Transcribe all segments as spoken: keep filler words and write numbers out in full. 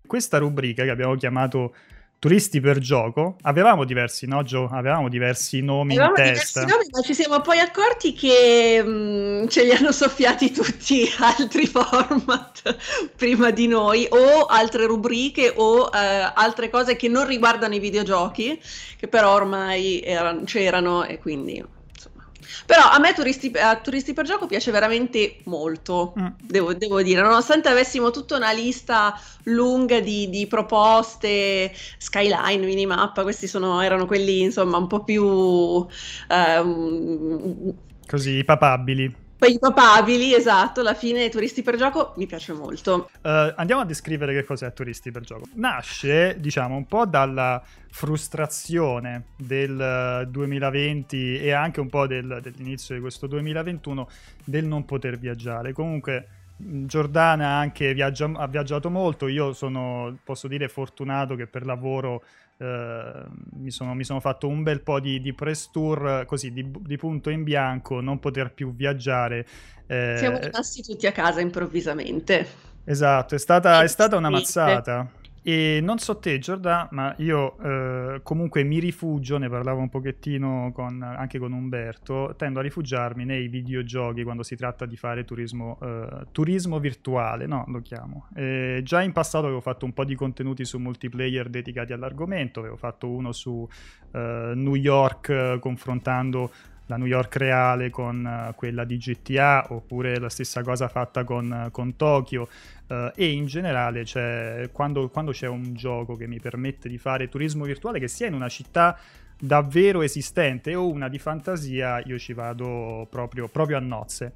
Questa rubrica che abbiamo chiamato Turisti per gioco, avevamo diversi, no Gio? Avevamo diversi nomi Avevamo in diversi testa. nomi, ma ci siamo poi accorti che mh, ce li hanno soffiati tutti altri format prima di noi, o altre rubriche, o eh, altre cose che non riguardano i videogiochi, che però ormai eran- c'erano e quindi insomma. Però a me Turisti, a Turisti per gioco piace veramente molto, Mm. devo, devo dire, nonostante avessimo tutta una lista lunga di, di proposte, Skyline, Minimappa, questi sono, erano quelli insomma un po' più ehm, Così, papabili. poi papabili, esatto. Alla fine Turisti per gioco mi piace molto. Uh, andiamo a descrivere che cos'è Turisti per gioco. Nasce, diciamo, un po' dalla frustrazione del uh, duemilaventi e anche un po' del, dell'inizio di questo duemilaventuno del non poter viaggiare. Comunque Giordana anche viaggia, ha viaggiato molto. Io sono, posso dire, fortunato che per lavoro Uh, mi, sono, mi sono fatto un bel po' di, di press tour così di, di punto in bianco, non poter più viaggiare. Eh, Siamo rimasti tutti a casa improvvisamente. esatto, è stata, è stata una Niente. mazzata. E non so te, Giordà, ma io eh, comunque mi rifugio, ne parlavo un pochettino con, anche con Umberto, tendo a rifugiarmi nei videogiochi quando si tratta di fare turismo, eh, turismo virtuale, no, lo chiamo. E già in passato avevo fatto un po' di contenuti su multiplayer dedicati all'argomento, avevo fatto uno su eh, New York eh, confrontando la New York reale con uh, quella di G T A, oppure la stessa cosa fatta con, uh, con Tokyo, uh, e in generale cioè, quando, quando c'è un gioco che mi permette di fare turismo virtuale che sia in una città davvero esistente o una di fantasia, io ci vado proprio, proprio a nozze.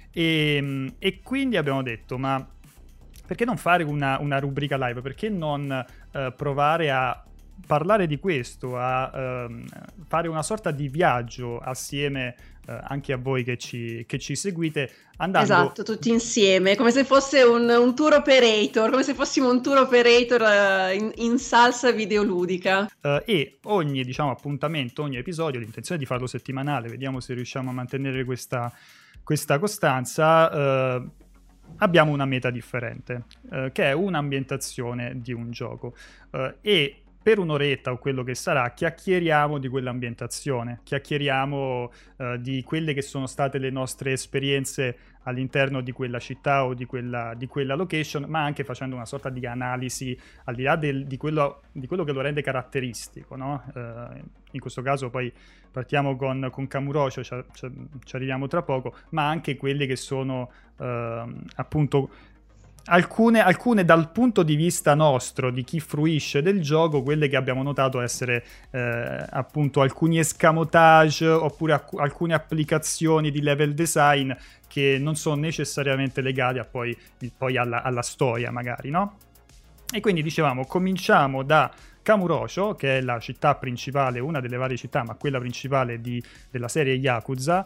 E, e quindi abbiamo detto, ma perché non fare una, una rubrica live? Perché non uh, provare a parlare di questo, a um, fare una sorta di viaggio assieme uh, anche a voi che ci, che ci seguite, andando... Esatto, tutti insieme, come se fosse un, un tour operator, come se fossimo un tour operator uh, in, in salsa videoludica. Uh, e ogni, diciamo, appuntamento, ogni episodio, l'intenzione è di farlo settimanale, vediamo se riusciamo a mantenere questa, questa costanza, uh, abbiamo una meta differente, uh, che è un'ambientazione di un gioco. Uh, e per un'oretta o quello che sarà chiacchieriamo di quell'ambientazione, chiacchieriamo uh, di quelle che sono state le nostre esperienze all'interno di quella città o di quella, di quella location, ma anche facendo una sorta di analisi al di là del, di, quello, di quello che lo rende caratteristico, no? Uh, in questo caso poi partiamo con, con Kamurocho, ci, ci, ci arriviamo tra poco, ma anche quelle che sono uh, appunto Alcune, alcune dal punto di vista nostro, di chi fruisce del gioco, quelle che abbiamo notato essere eh, appunto alcuni escamotage oppure ac- alcune applicazioni di level design che non sono necessariamente legate a poi, poi alla, alla storia magari, no? E quindi dicevamo, cominciamo da Kamurocho, che è la città principale, una delle varie città, ma quella principale di, della serie Yakuza,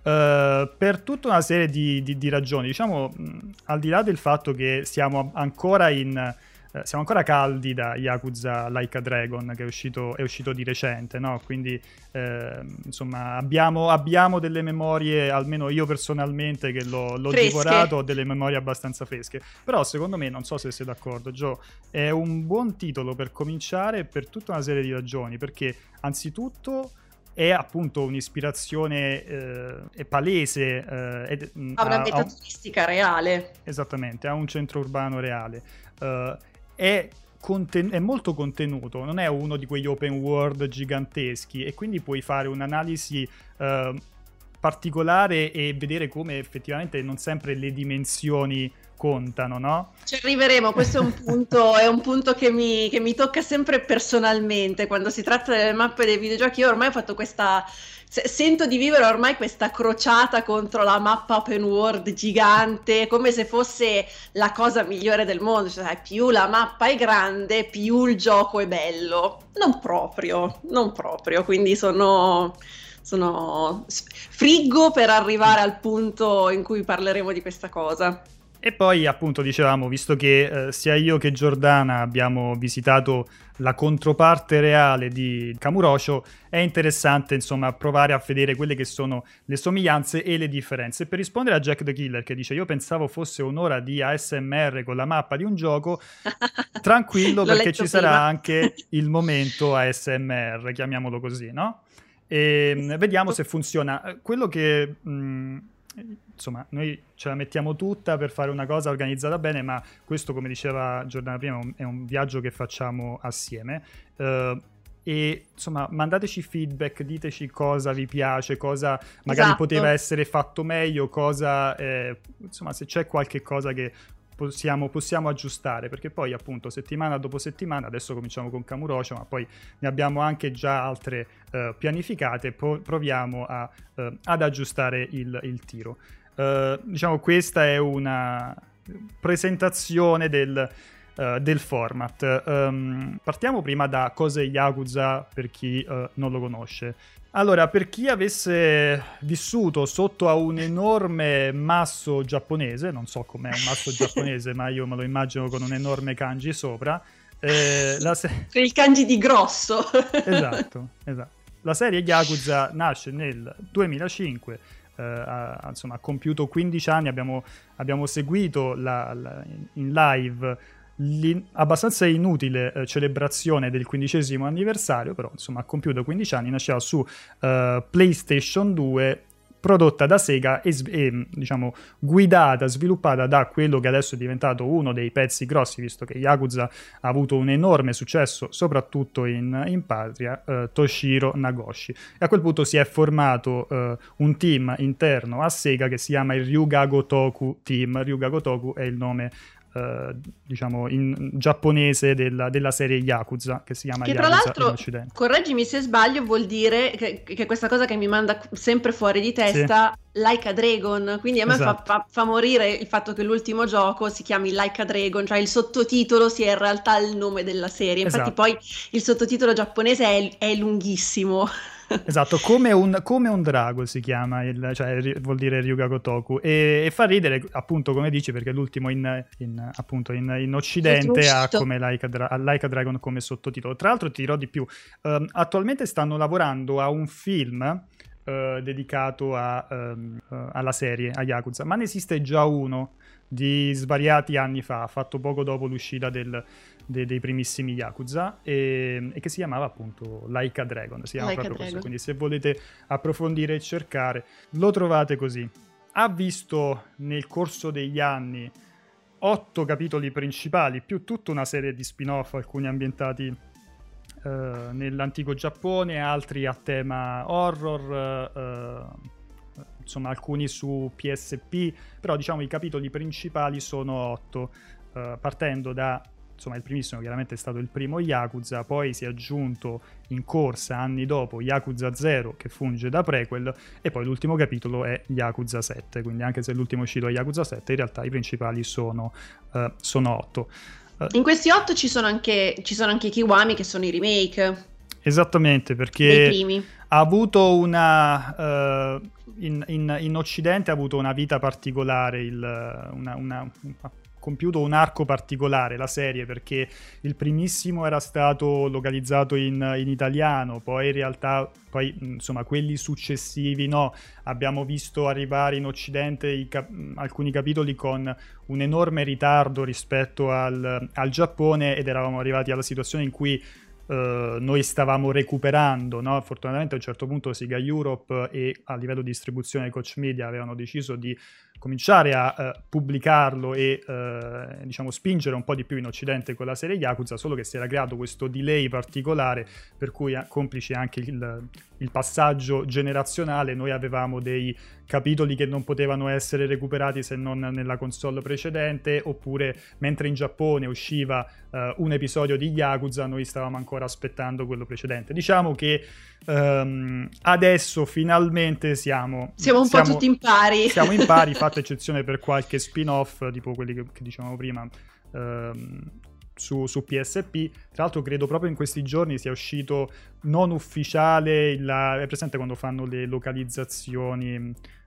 Uh, per tutta una serie di, di, di ragioni, diciamo, mh, al di là del fatto che siamo ancora in uh, siamo ancora caldi da Yakuza Like a Dragon, che è uscito, è uscito di recente, no? Quindi uh, insomma abbiamo, abbiamo delle memorie, almeno io personalmente che l'ho, l'ho divorato, ho delle memorie abbastanza fresche, però secondo me, non so se sei d'accordo Gio, è un buon titolo per cominciare per tutta una serie di ragioni, perché anzitutto è appunto un'ispirazione eh, palese eh, ed, ha una meta turistica reale. Esattamente, ha un centro urbano reale, uh, è, conten- è molto contenuto, non è uno di quegli open world giganteschi e quindi puoi fare un'analisi uh, particolare e vedere come effettivamente non sempre le dimensioni contano, no? Ci arriveremo, questo è un punto, è un punto che mi, che mi tocca sempre personalmente quando si tratta delle mappe dei videogiochi. Io ormai ho fatto questa, sento di vivere ormai questa crociata contro la mappa open world gigante, come se fosse la cosa migliore del mondo, cioè più la mappa è grande, più il gioco è bello. Non proprio, non proprio, quindi sono... sono friggo per arrivare al punto in cui parleremo di questa cosa. E poi appunto dicevamo, visto che eh, sia io che Giordana abbiamo visitato la controparte reale di Kamurocho, è interessante insomma provare a vedere quelle che sono le somiglianze e le differenze. Per rispondere a Jack the Killer che dice io pensavo fosse un'ora di A S M R con la mappa di un gioco, tranquillo perché ci sarà prima. anche il momento A S M R, chiamiamolo così, no? E esatto. Vediamo se funziona. Quello che... Mh, insomma, noi ce la mettiamo tutta per fare una cosa organizzata bene, ma questo, come diceva Giordana prima, è un, è un viaggio che facciamo assieme. Uh, e insomma, mandateci feedback, diteci cosa vi piace, cosa magari esatto. poteva essere fatto meglio, cosa eh, insomma, se c'è qualche cosa che Possiamo, possiamo aggiustare, perché poi appunto settimana dopo settimana, adesso cominciamo con Kamurocho, ma poi ne abbiamo anche già altre uh, pianificate, po- proviamo a, uh, ad aggiustare il, il tiro. Uh, diciamo questa è una presentazione del, uh, del format. Um, partiamo prima da cos'è Yakuza per chi uh, non lo conosce. Allora, per chi avesse vissuto sotto a un enorme masso giapponese, non so com'è un masso giapponese, ma io me lo immagino con un enorme kanji sopra. Eh, la se- il kanji di grosso. Esatto, esatto. La serie Yakuza nasce nel duemilacinque, eh, ha, insomma, ha compiuto quindici anni, abbiamo, abbiamo seguito la, la, in live abbastanza inutile eh, celebrazione del quindicesimo anniversario, però insomma ha compiuto quindici anni, nasceva su uh, PlayStation due, prodotta da Sega e, e diciamo guidata, sviluppata da quello che adesso è diventato uno dei pezzi grossi, visto che Yakuza ha avuto un enorme successo soprattutto in, in patria, uh, Toshiro Nagoshi. E a quel punto si è formato uh, un team interno a Sega che si chiama il Ryuga Gotoku Team. Ryuga Gotoku è il nome Uh, diciamo in giapponese della, della serie Yakuza, che si chiama che Yakuza tra l'altro, in Occidente. Correggimi se sbaglio, vuol dire che, che questa cosa che mi manda sempre fuori di testa, sì. Like a Dragon, quindi a me esatto. fa, fa, fa morire il fatto che l'ultimo gioco si chiami Like a Dragon, cioè il sottotitolo sia in realtà il nome della serie. Infatti esatto. Poi il sottotitolo giapponese è, è lunghissimo. Esatto, come un, come un drago si chiama, il, cioè vuol dire Ryuga Gotoku, e, e fa ridere appunto come dici perché l'ultimo in, in, appunto in, in Occidente ha come like a, Dra- like a Dragon come sottotitolo. Tra l'altro ti dirò di più, um, attualmente stanno lavorando a un film uh, dedicato a, um, uh, alla serie, a Yakuza, ma ne esiste già uno di svariati anni fa, fatto poco dopo l'uscita del De, dei primissimi Yakuza e, e che si chiamava appunto Like a Dragon, si chiama like proprio così, quindi se volete approfondire e cercare lo trovate così. Ha visto nel corso degli anni otto capitoli principali più tutta una serie di spin-off, alcuni ambientati eh, nell'antico Giappone, altri a tema horror, eh, insomma alcuni su P S P, però diciamo i capitoli principali sono otto, eh, partendo da insomma il primissimo chiaramente è stato il primo Yakuza, poi si è aggiunto in corsa anni dopo Yakuza zero che funge da prequel e poi l'ultimo capitolo è Yakuza sette, quindi anche se l'ultimo è uscito è Yakuza sette in realtà i principali sono, uh, sono otto. Uh, in questi otto ci sono anche ci sono anche i Kiwami che sono i remake. Esattamente, perché ha avuto una uh, in, in, in Occidente ha avuto una vita particolare, il, una, una, una compiuto un arco particolare la serie, perché il primissimo era stato localizzato in, in italiano, poi in realtà poi insomma quelli successivi no, abbiamo visto arrivare in Occidente i cap- alcuni capitoli con un enorme ritardo rispetto al, al Giappone ed eravamo arrivati alla situazione in cui Uh, noi stavamo recuperando, no? Fortunatamente a un certo punto Sega Europe e a livello di distribuzione Koch Media avevano deciso di cominciare a uh, pubblicarlo e uh, diciamo spingere un po' di più in Occidente con la serie Yakuza, solo che si era creato questo delay particolare per cui eh, complice anche il, il passaggio generazionale, noi avevamo dei capitoli che non potevano essere recuperati se non nella console precedente, oppure mentre in Giappone usciva uh, un episodio di Yakuza noi stavamo ancora aspettando quello precedente. Diciamo che um, adesso finalmente siamo siamo un siamo, po' tutti in pari siamo in pari, fatta eccezione per qualche spin-off tipo quelli che, che dicevamo prima um, Su, su P S P. Tra l'altro credo proprio in questi giorni sia uscito non ufficiale la, è presente quando fanno le localizzazioni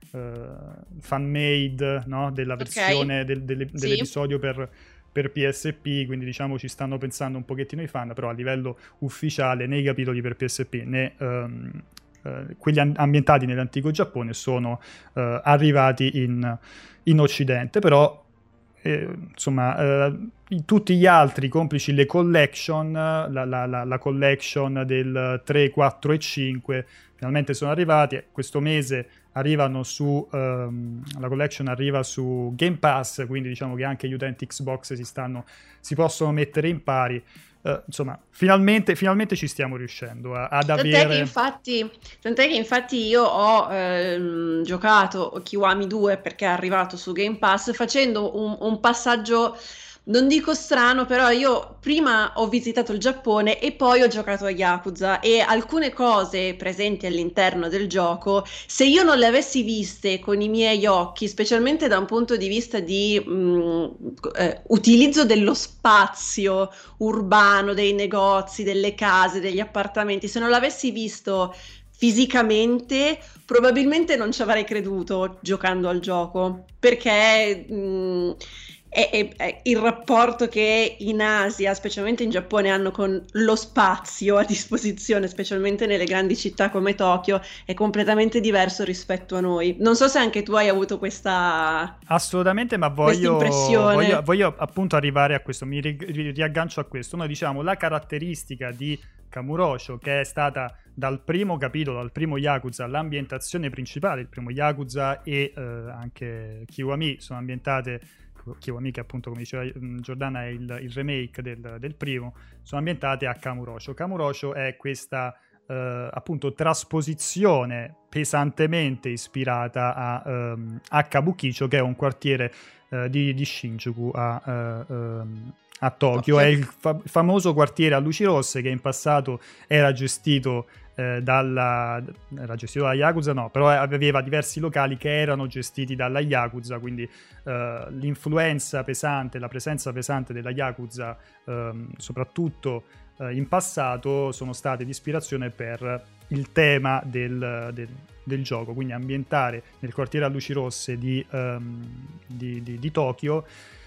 uh, fan-made, no? Della versione okay. del, del, sì. dell'episodio per, per P S P, quindi diciamo ci stanno pensando un pochettino i fan, però a livello ufficiale né i capitoli per P S P né um, uh, quelli ambientati nell'antico Giappone sono uh, arrivati in, in Occidente, però eh, insomma uh, tutti gli altri, complici le collection, la, la, la, la collection del tre, quattro e cinque, finalmente sono arrivati. Questo mese arrivano su, um, la collection arriva su Game Pass, quindi diciamo che anche gli utenti Xbox si, stanno, si possono mettere in pari. Uh, insomma, finalmente, finalmente ci stiamo riuscendo a, ad tant'è avere... Che infatti, tant'è che infatti io ho ehm, giocato Kiwami due perché è arrivato su Game Pass facendo un, un passaggio... Non dico strano, però io prima ho visitato il Giappone e poi ho giocato a Yakuza, e alcune cose presenti all'interno del gioco, se io non le avessi viste con i miei occhi, specialmente da un punto di vista di mh, eh, utilizzo dello spazio urbano, dei negozi, delle case, degli appartamenti, se non l'avessi visto fisicamente, probabilmente non ci avrei creduto giocando al gioco, perché... Mh, È, è, è il rapporto che in Asia, specialmente in Giappone, hanno con lo spazio a disposizione, specialmente nelle grandi città come Tokyo, è completamente diverso rispetto a noi. Non so se anche tu hai avuto questa assolutamente, ma voglio, voglio, voglio appunto arrivare a questo, mi ri, riaggancio a questo. Noi diciamo la caratteristica di Kamurocho, che è stata dal primo capitolo, dal primo Yakuza, l'ambientazione principale, il primo Yakuza e eh, anche Kiwami sono ambientate, Kiwami che appunto come diceva Giordana è il, il remake del, del primo, sono ambientate a Kamurocho. Kamurocho è questa eh, appunto trasposizione pesantemente ispirata a, um, a Kabukicho, che è un quartiere uh, di, di Shinjuku a, uh, um, a Tokyo. È il fa- famoso quartiere a luci rosse che in passato era gestito Eh, dalla era gestito dalla Yakuza, no, però aveva diversi locali che erano gestiti dalla Yakuza, quindi eh, l'influenza pesante, la presenza pesante della Yakuza eh, soprattutto eh, in passato sono state di ispirazione per il tema del, del, del gioco, quindi ambientare nel quartiere a luci rosse di, um, di, di, di Tokyo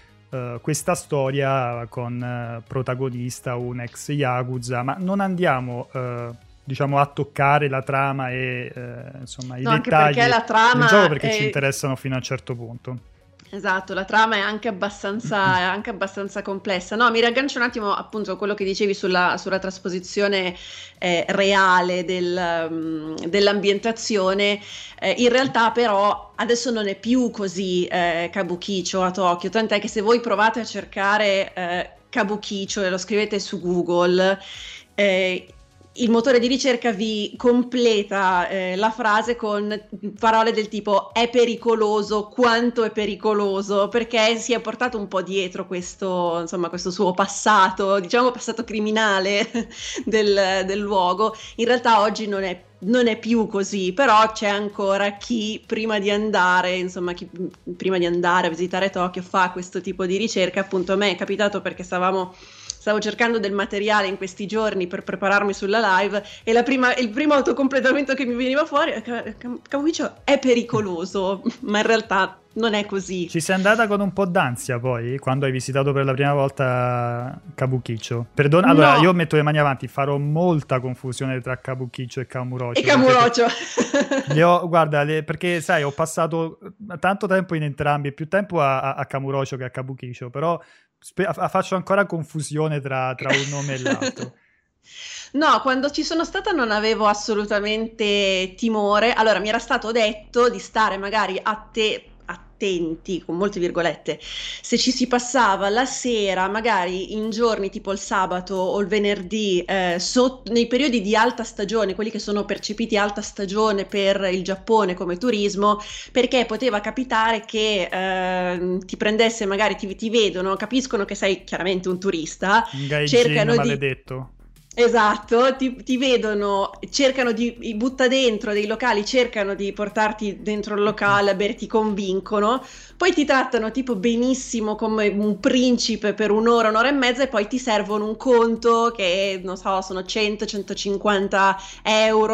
Uh, questa storia con uh, protagonista un ex Yakuza, ma non andiamo uh, diciamo a toccare la trama e uh, insomma i no, dettagli anche la trama del gioco, perché è... ci interessano fino a un certo punto. Esatto, la trama è anche abbastanza, è anche abbastanza complessa. No, mi riaggancio un attimo appunto a quello che dicevi sulla, sulla trasposizione eh, reale del, um, dell'ambientazione. Eh, in realtà però adesso non è più così eh, Kabukicho a Tokyo, tant'è che se voi provate a cercare eh, Kabukicho e lo scrivete su Google, eh, il motore di ricerca vi completa eh, la frase con parole del tipo è pericoloso, quanto è pericoloso, perché si è portato un po' dietro questo, insomma, questo suo passato, diciamo passato criminale del, del luogo. In realtà oggi non è non è più così, però c'è ancora chi prima di andare, insomma, chi prima di andare a visitare Tokyo fa questo tipo di ricerca. Appunto a me è capitato perché stavamo Stavo cercando del materiale in questi giorni per prepararmi sulla live e la prima, il primo autocompletamento che mi veniva fuori è che Kabukicho è pericoloso, ma in realtà non è così. Ci sei andata con un po' d'ansia poi quando hai visitato per la prima volta Kabukicho? Perdona, no. Allora io metto le mani avanti, farò molta confusione tra Kabukicho e Kamurocho. E Kamurocho. Le ho, guarda, le, perché sai, ho passato tanto tempo in entrambi, più tempo a, a, a Kamurocho che a Kabukicho, però Spe- faccio ancora confusione tra, tra un nome e l'altro. No, quando ci sono stata non avevo assolutamente timore. Allora, mi era stato detto di stare magari a te attenti, con molte virgolette, se ci si passava la sera, magari in giorni tipo il sabato o il venerdì, eh, so- nei periodi di alta stagione, quelli che sono percepiti alta stagione per il Giappone come turismo, perché poteva capitare che eh, ti prendesse, magari ti, ti vedono, capiscono che sei chiaramente un turista, un gaijin cercano maledetto. di... Esatto, ti, ti vedono, cercano di butta dentro dei locali, cercano di portarti dentro il locale, beh, ti convincono, poi ti trattano tipo benissimo come un principe per un'ora, un'ora e mezza e poi ti servono un conto che non so, sono cento centocinquanta euro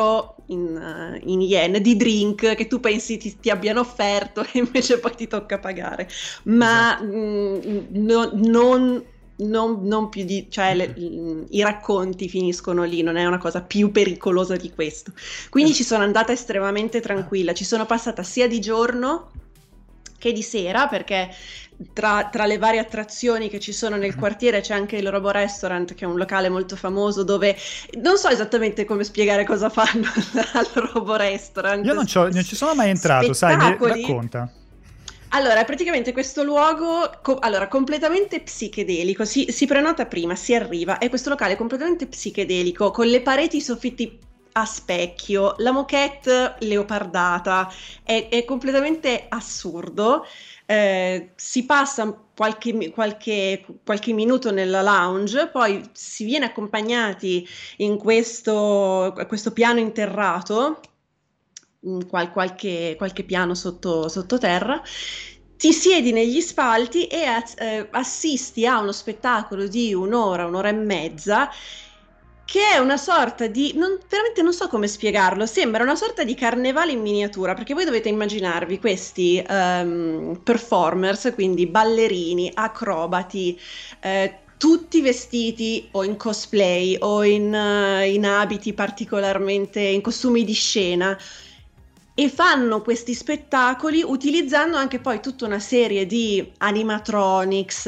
in, in yen di drink che tu pensi ti, ti abbiano offerto e invece poi ti tocca pagare, ma esatto. mh, no, non, non, non più di, cioè le, i racconti finiscono lì, non è una cosa più pericolosa di questo, quindi ci sono andata estremamente tranquilla, ci sono passata sia di giorno che di sera, perché tra, tra le varie attrazioni che ci sono nel quartiere c'è anche il Robo Restaurant, che è un locale molto famoso dove non so esattamente come spiegare cosa fanno al Robo Restaurant. Io non, non ci sono mai entrato, spettacoli. Sai, mi racconta. Allora, praticamente questo luogo, co- allora, completamente psichedelico, si, si prenota prima, si arriva, è questo locale completamente psichedelico, con le pareti soffitti a specchio, la moquette leopardata, è, è completamente assurdo. Eh, si passa qualche, qualche, qualche minuto nella lounge, poi si viene accompagnati in questo, questo piano interrato, qual, qualche, qualche piano sotto, sottoterra. Ti siedi negli spalti e eh, assisti a uno spettacolo di un'ora, un'ora e mezza, che è una sorta di, non, veramente non so come spiegarlo, sembra una sorta di carnevale in miniatura, perché voi dovete immaginarvi questi um, performers, quindi ballerini, acrobati, eh, tutti vestiti o in cosplay o in, uh, in abiti particolarmente, in costumi di scena, e fanno questi spettacoli utilizzando anche poi tutta una serie di animatronics,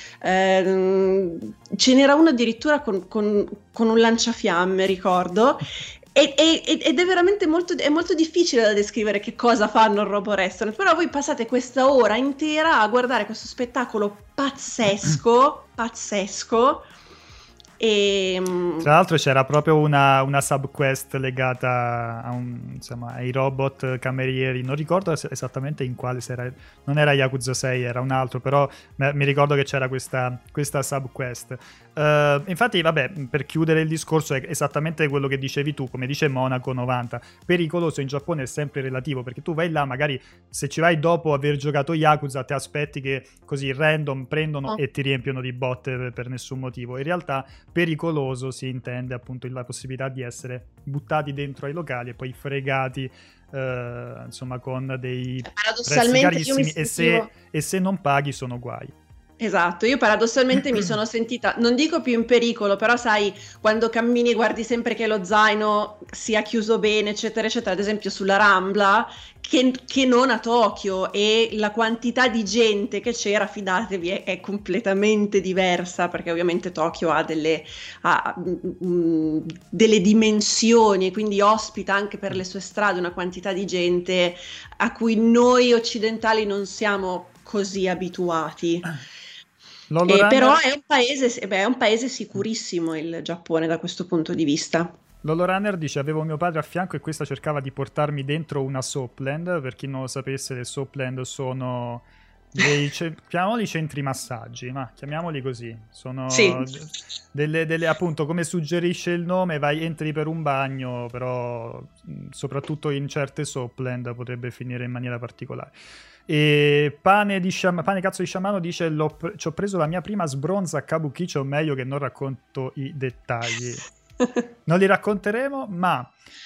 ehm, ce n'era uno addirittura con, con, con un lanciafiamme, ricordo, e, e, ed è veramente molto, è molto difficile da descrivere che cosa fanno il Robo Restaurant, però voi passate questa ora intera a guardare questo spettacolo pazzesco, pazzesco. E, tra l'altro c'era proprio una, una subquest legata a un, insomma, ai robot camerieri, non ricordo esattamente in quale, se era, non era Yakuza sei, era un altro, però mi ricordo che c'era questa, questa subquest. Uh, infatti, vabbè, per chiudere il discorso è esattamente quello che dicevi tu, come dice Monaco novanta, pericoloso in Giappone è sempre relativo, perché tu vai là, magari se ci vai dopo aver giocato Yakuza ti aspetti che così random prendono oh. e ti riempiono di botte per, per nessun motivo. In realtà pericoloso si intende appunto la possibilità di essere buttati dentro ai locali e poi fregati uh, insomma con dei prezzi carissimi e se, e se non paghi sono guai. Esatto, io paradossalmente mi sono sentita, non dico più in pericolo, però sai, quando cammini e guardi sempre che lo zaino sia chiuso bene, eccetera, eccetera, ad esempio sulla Rambla, che, che non a Tokyo, e la quantità di gente che c'era, fidatevi, è, è completamente diversa, perché ovviamente Tokyo ha delle, ha, mh, delle dimensioni e quindi ospita anche per le sue strade una quantità di gente a cui noi occidentali non siamo così abituati. Eh, però è un, paese, beh, è un paese sicurissimo il Giappone da questo punto di vista. Lolo Runner dice: avevo mio padre a fianco e questa cercava di portarmi dentro una Soapland. Per chi non lo sapesse, le Soapland sono dei ce- chiamiamoli centri massaggi, ma chiamiamoli così, sono sì. delle, delle, appunto, come suggerisce il nome, vai, entri per un bagno, però soprattutto in certe Soapland potrebbe finire in maniera particolare. E pane, di Sciam- pane cazzo di sciamano dice: l'ho pre- ci ho preso la mia prima sbronza a Kabukicho, meglio che non racconto i dettagli. Non li racconteremo, ma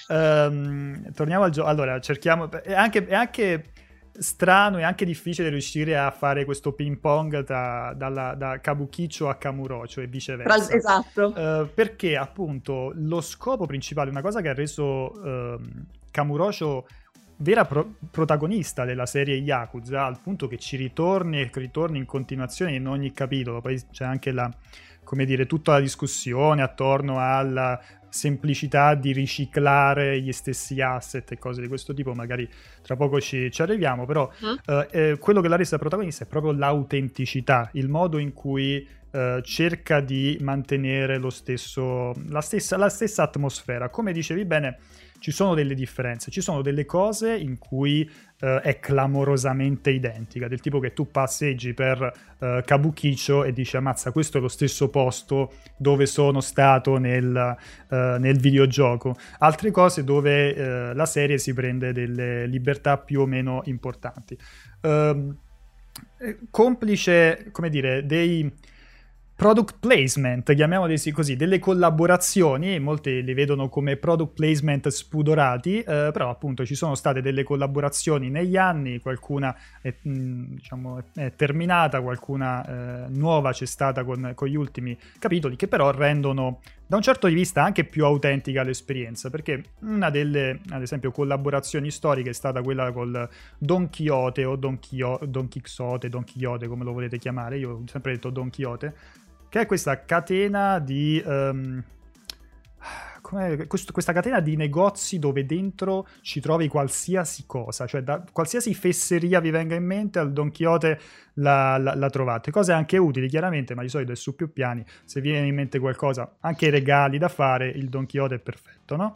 um, torniamo al gioco. Allora, cerchiamo, è anche, è anche strano e anche difficile riuscire a fare questo ping pong tra, dalla, da Kabukicho a Kamurocho e viceversa. Esatto. Uh, perché appunto lo scopo principale, una cosa che ha reso uh, Kamurocho vera pro- protagonista della serie Yakuza, al punto che ci ritorni e ritorni in continuazione in ogni capitolo. Poi c'è anche la, come dire, tutta la discussione attorno alla semplicità di riciclare gli stessi asset e cose di questo tipo, magari tra poco ci, ci arriviamo, però mm. eh, eh, quello che la resta protagonista è proprio l'autenticità, il modo in cui eh, cerca di mantenere lo stesso, la stessa, la stessa atmosfera. Come dicevi bene, ci sono delle differenze, ci sono delle cose in cui uh, è clamorosamente identica, del tipo che tu passeggi per uh, Kabukicho e dici: ammazza, questo è lo stesso posto dove sono stato nel, uh, nel videogioco. Altre cose dove uh, la serie si prende delle libertà più o meno importanti. Uh, complice, come dire, dei... product placement, chiamiamoli così, delle collaborazioni, molti li vedono come product placement spudorati, eh, però appunto ci sono state delle collaborazioni negli anni, qualcuna è, mh, diciamo, è terminata, qualcuna eh, nuova c'è stata con, con gli ultimi capitoli, che però rendono da un certo di vista anche più autentica l'esperienza, perché una delle, ad esempio, collaborazioni storiche è stata quella col Don Quixote o Don, Chio, Don Quixote, Don Quixote, come lo volete chiamare, io ho sempre detto Don Quixote, che è questa catena di um, questo, questa catena di negozi dove dentro ci trovi qualsiasi cosa, cioè da qualsiasi fesseria vi venga in mente al Don Quixote la, la, la trovate, cose anche utili chiaramente, ma di solito è su più piani. Se vi viene in mente qualcosa, anche i regali da fare, il Don Quixote è perfetto, no?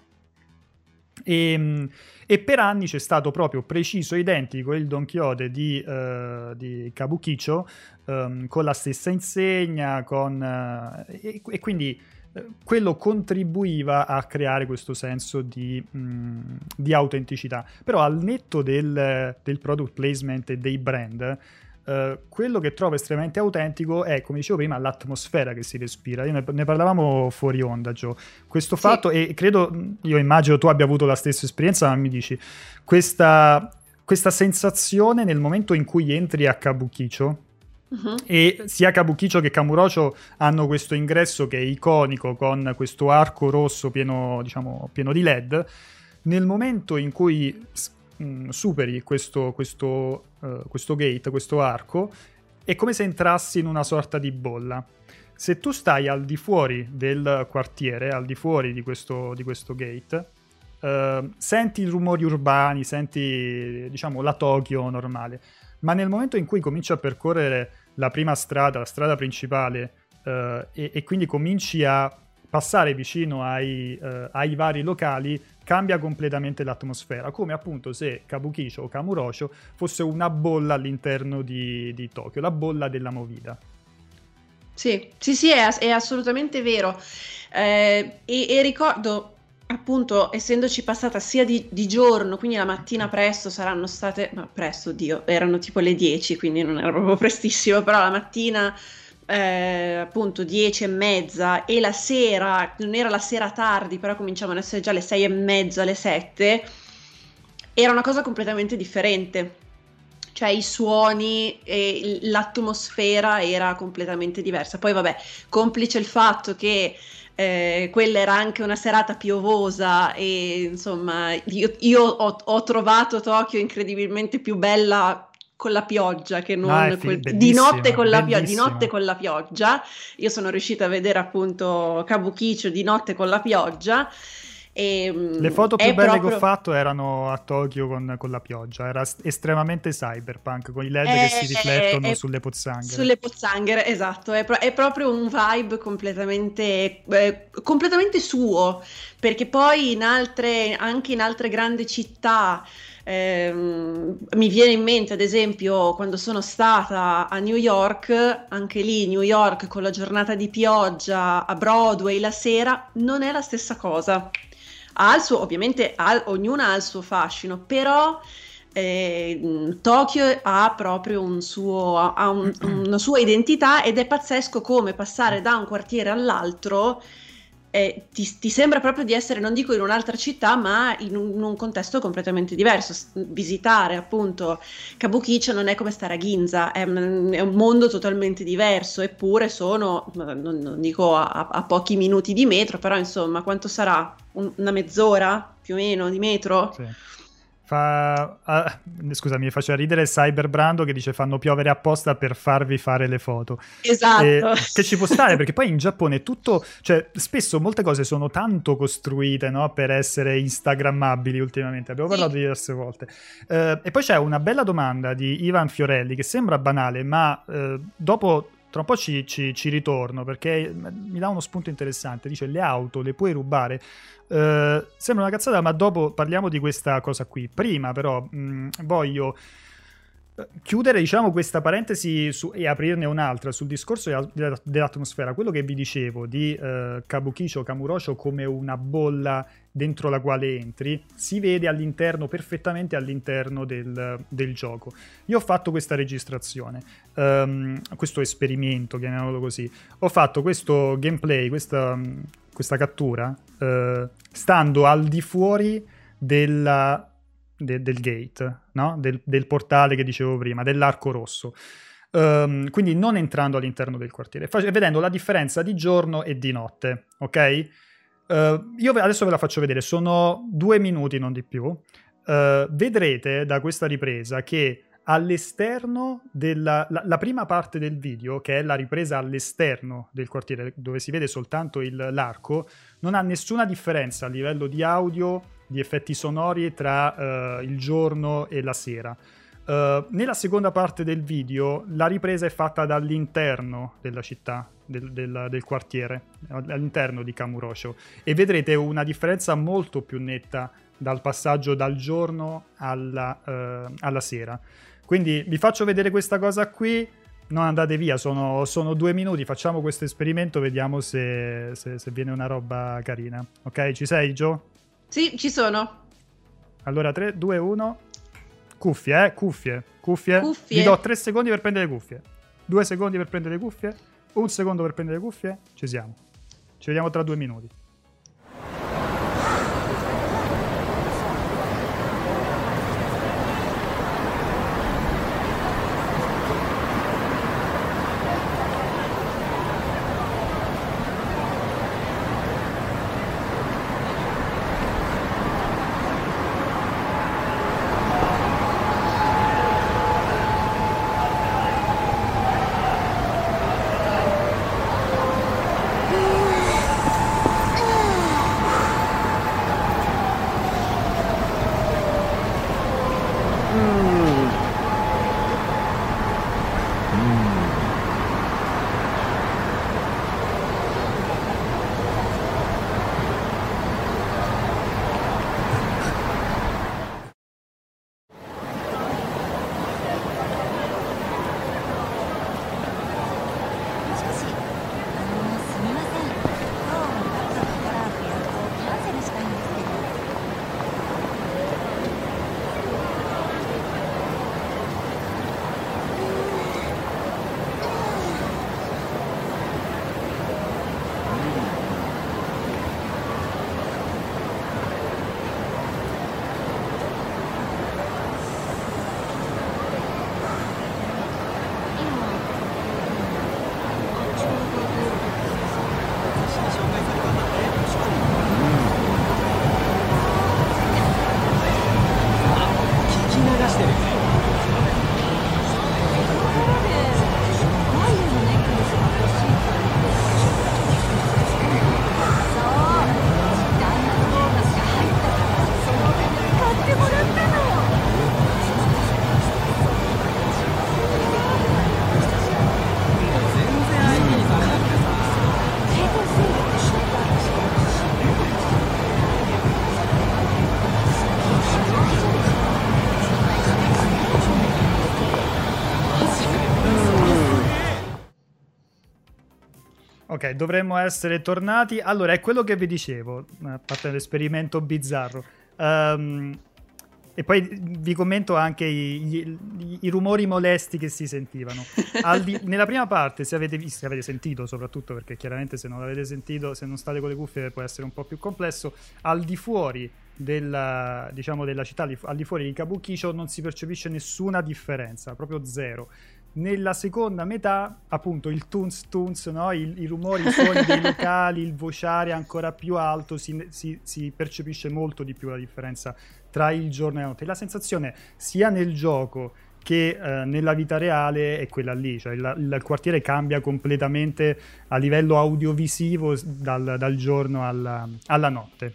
E, e per anni c'è stato proprio preciso, identico il Don Quixote di, uh, di Kabukicho, um, con la stessa insegna, con, uh, e, e quindi uh, quello contribuiva a creare questo senso di, um, di autenticità. Però al netto del, del product placement e dei brand, Uh, quello che trovo estremamente autentico è, come dicevo prima, l'atmosfera che si respira. Io ne, ne parlavamo fuori onda, Gio. Questo sì. fatto, e credo, io immagino tu abbia avuto la stessa esperienza, ma mi dici, questa, questa sensazione nel momento in cui entri a Kabukicho, uh-huh. e sia Kabukicho che Kamurocho hanno questo ingresso che è iconico, con questo arco rosso pieno, diciamo, pieno di led, nel momento in cui mh, superi questo, questo Uh, questo gate, questo arco, è come se entrassi in una sorta di bolla. Se tu stai al di fuori del quartiere, al di fuori di questo, di questo gate, uh, senti i rumori urbani, senti, diciamo, la Tokyo normale, ma nel momento in cui cominci a percorrere la prima strada, la strada principale, uh, e, e quindi cominci a passare vicino ai, uh, ai vari locali, cambia completamente l'atmosfera, come appunto se Kabukicho o Kamurocho fosse una bolla all'interno di, di Tokyo, la bolla della movida. Sì, sì, sì, è, è assolutamente vero. Eh, e, e ricordo, appunto, essendoci passata sia di, di giorno, quindi la mattina presto saranno state, ma presto, Dio, erano tipo le dieci, quindi non era proprio prestissimo, però la mattina... Eh, appunto dieci e mezza, e la sera, non era la sera tardi, però cominciavano ad essere già le sei e mezza, le sette, era una cosa completamente differente, cioè i suoni e l'atmosfera era completamente diversa. Poi vabbè, complice il fatto che eh, quella era anche una serata piovosa e insomma io, io ho, ho trovato Tokyo incredibilmente più bella con la pioggia che non ah, quel... di notte con la pioggia, di notte con la pioggia. Io sono riuscita a vedere appunto Kabukicho di notte con la pioggia. E, le foto più belle proprio... che ho fatto erano a Tokyo con, con la pioggia, era estremamente cyberpunk, con i led è, che si riflettono è, sulle pozzanghere. Sulle pozzanghere, esatto, è, pro- è proprio un vibe completamente, eh, completamente suo, perché poi in altre, anche in altre grandi città, eh, mi viene in mente ad esempio quando sono stata a New York, anche lì New York con la giornata di pioggia a Broadway la sera, non è la stessa cosa. Ha il suo, ovviamente ha, ognuna ha il suo fascino, però eh, Tokyo ha proprio un suo, ha un, una sua identità, ed è pazzesco come passare da un quartiere all'altro eh, ti, ti sembra proprio di essere, non dico in un'altra città, ma in un, in un contesto completamente diverso. Visitare appunto Kabukicho non è come stare a Ginza, è un, è un mondo totalmente diverso, eppure sono, non, non dico a, a pochi minuti di metro, però insomma quanto sarà? Un, una mezz'ora più o meno di metro? Sì. Fa, ah, scusa, mi faceva ridere Cyberbrando che dice fanno piovere apposta per farvi fare le foto. Esatto. E, che ci può stare, perché poi in Giappone tutto, cioè spesso molte cose sono tanto costruite, no, per essere instagrammabili ultimamente, abbiamo parlato sì. diverse volte. Uh, e poi c'è una bella domanda di Ivan Fiorelli che sembra banale, ma uh, dopo tra un po' ci, ci, ci ritorno perché mi dà uno spunto interessante. Dice: le auto le puoi rubare? Uh, sembra una cazzata, ma dopo parliamo di questa cosa qui. Prima però mh, voglio chiudere, diciamo, questa parentesi su, e aprirne un'altra sul discorso della, dell'atmosfera. Quello che vi dicevo di uh, Kabukicho Kamurocho come una bolla dentro la quale entri, si vede all'interno, perfettamente all'interno del, del gioco. Io ho fatto questa registrazione, um, questo esperimento, chiamiamolo così. Ho fatto questo gameplay, questa, questa cattura, uh, stando al di fuori della... De, del gate, no? del, del portale che dicevo prima, dell'arco rosso, um, quindi non entrando all'interno del quartiere, fac- vedendo la differenza di giorno e di notte, ok? Uh, io adesso ve la faccio vedere, sono due minuti, non di più. Uh, vedrete da questa ripresa che all'esterno della la, la prima parte del video, che è la ripresa all'esterno del quartiere, dove si vede soltanto il, l'arco, non ha nessuna differenza a livello di audio, di effetti sonori tra uh, il giorno e la sera. Uh, nella seconda parte del video la ripresa è fatta dall'interno della città, del, del, del quartiere, all'interno di Kamurocho, e vedrete una differenza molto più netta dal passaggio dal giorno alla, uh, alla sera. Quindi vi faccio vedere questa cosa qui, non andate via, sono, sono due minuti, facciamo questo esperimento, vediamo se, se, se viene una roba carina. Ok, ci sei, Gio? Sì, ci sono. Allora, tre, due, uno. Cuffie, eh? Cuffie. Cuffie. Cuffie. Vi do tre secondi per prendere le cuffie. Due secondi per prendere le cuffie. Un secondo per prendere le cuffie. Ci siamo. Ci vediamo tra due minuti. Ok, dovremmo essere tornati. Allora, è quello che vi dicevo, a parte l'esperimento bizzarro. Um, e poi vi commento anche i, i, i rumori molesti che si sentivano. Al di, nella prima parte, se avete visto, se avete sentito soprattutto, perché chiaramente se non l'avete sentito, se non state con le cuffie può essere un po' più complesso, al di fuori della, diciamo, della città, al di fuori di Kabukicho non si percepisce nessuna differenza, proprio zero. Nella seconda metà, appunto, il tunes tunes, no? I, i rumori, i suoni dei locali, il vociare ancora più alto, si, si, si percepisce molto di più la differenza tra il giorno e la notte. La sensazione sia nel gioco che eh, nella vita reale è quella lì, cioè il, il quartiere cambia completamente a livello audiovisivo dal, dal giorno alla, alla notte.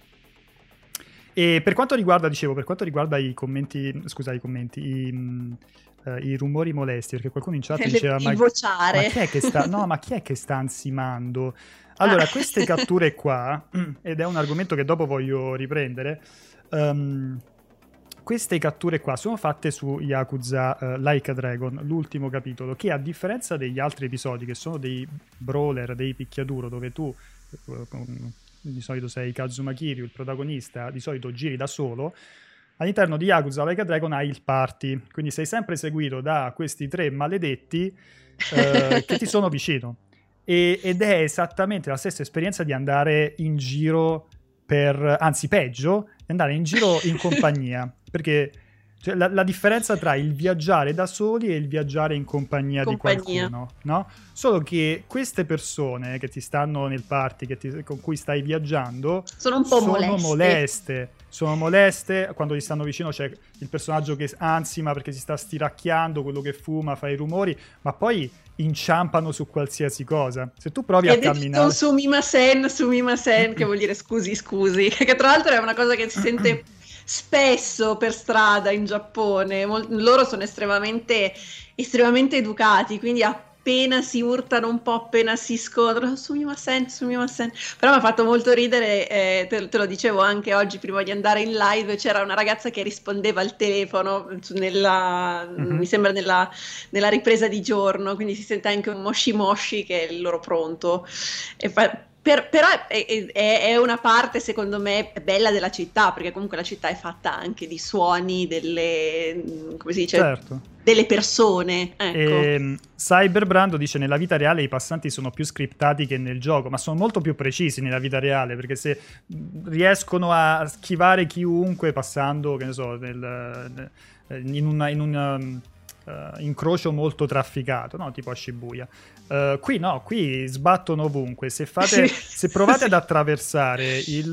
E per quanto riguarda, dicevo, per quanto riguarda i commenti, scusa, i commenti, i... Uh, i rumori molesti, perché qualcuno in chat diceva ma, ma chi è che sta no ma chi è che sta ansimando? Allora, queste catture qua, ed è un argomento che dopo voglio riprendere, um, queste catture qua sono fatte su Yakuza uh, Like a Dragon, l'ultimo capitolo, che a differenza degli altri episodi che sono dei brawler, dei picchiaduro, dove tu uh, di solito sei Kazuma Kiryu, il protagonista, di solito giri da solo, all'interno di Yakuza Like a Dragon hai il party, quindi sei sempre seguito da questi tre maledetti uh, che ti sono vicino. E, ed è esattamente la stessa esperienza di andare in giro per, anzi peggio, andare in giro in compagnia, perché cioè, la, la differenza tra il viaggiare da soli e il viaggiare in compagnia, compagnia. di qualcuno, no? Solo che queste persone che ti stanno nel party, che ti, con cui stai viaggiando, sono un po' sono moleste. moleste. Sono moleste, quando gli stanno vicino c'è il personaggio che ansima perché si sta stiracchiando, quello che fuma, fa i rumori, ma poi inciampano su qualsiasi cosa. Se tu provi e a camminare... Sono sumimasen, sumimasen, che vuol dire scusi, scusi, che tra l'altro è una cosa che si sente spesso per strada in Giappone. Mol- loro sono estremamente, estremamente educati, quindi appena si urtano un po', appena si scontrano, sumimasen, sumimasen. Però mi ha fatto molto ridere, eh, te, te lo dicevo anche oggi prima di andare in live, c'era una ragazza che rispondeva al telefono nella, mm-hmm. mi sembra nella, nella ripresa di giorno, quindi si sente anche un moshi moshi che è il loro pronto. E fa, Per, però è, è, è una parte secondo me bella della città, perché comunque la città è fatta anche di suoni, delle, come si dice, certo. delle persone, ecco. E, Cyberbrando dice: nella vita reale i passanti sono più scriptati che nel gioco, ma sono molto più precisi nella vita reale, perché se riescono a schivare chiunque passando, che ne so, nel, in una, in un uh, incrocio molto trafficato, no? Tipo a Shibuya. Uh, qui no, qui sbattono ovunque. Se, fate, sì, se provate sì. ad attraversare il,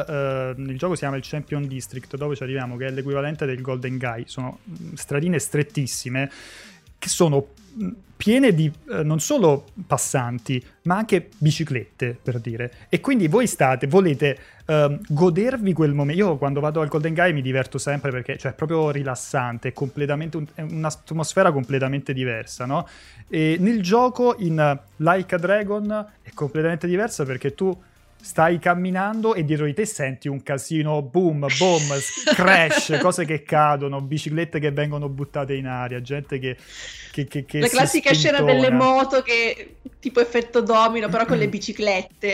uh, il gioco si chiama il Champion District, dove ci arriviamo, che è l'equivalente del Golden Gai, sono stradine strettissime che sono piene di eh, non solo passanti ma anche biciclette, per dire, e quindi voi state volete eh, godervi quel momento. Io quando vado al Golden Gai mi diverto sempre perché cioè, è proprio rilassante, è completamente un, è un'atmosfera completamente diversa, no? E nel gioco in Like a Dragon è completamente diversa perché tu stai camminando e dietro di te senti un casino, boom, boom, crash, cose che cadono, biciclette che vengono buttate in aria, gente che, che, che, che la classica scena delle moto che tipo effetto domino, però con le biciclette.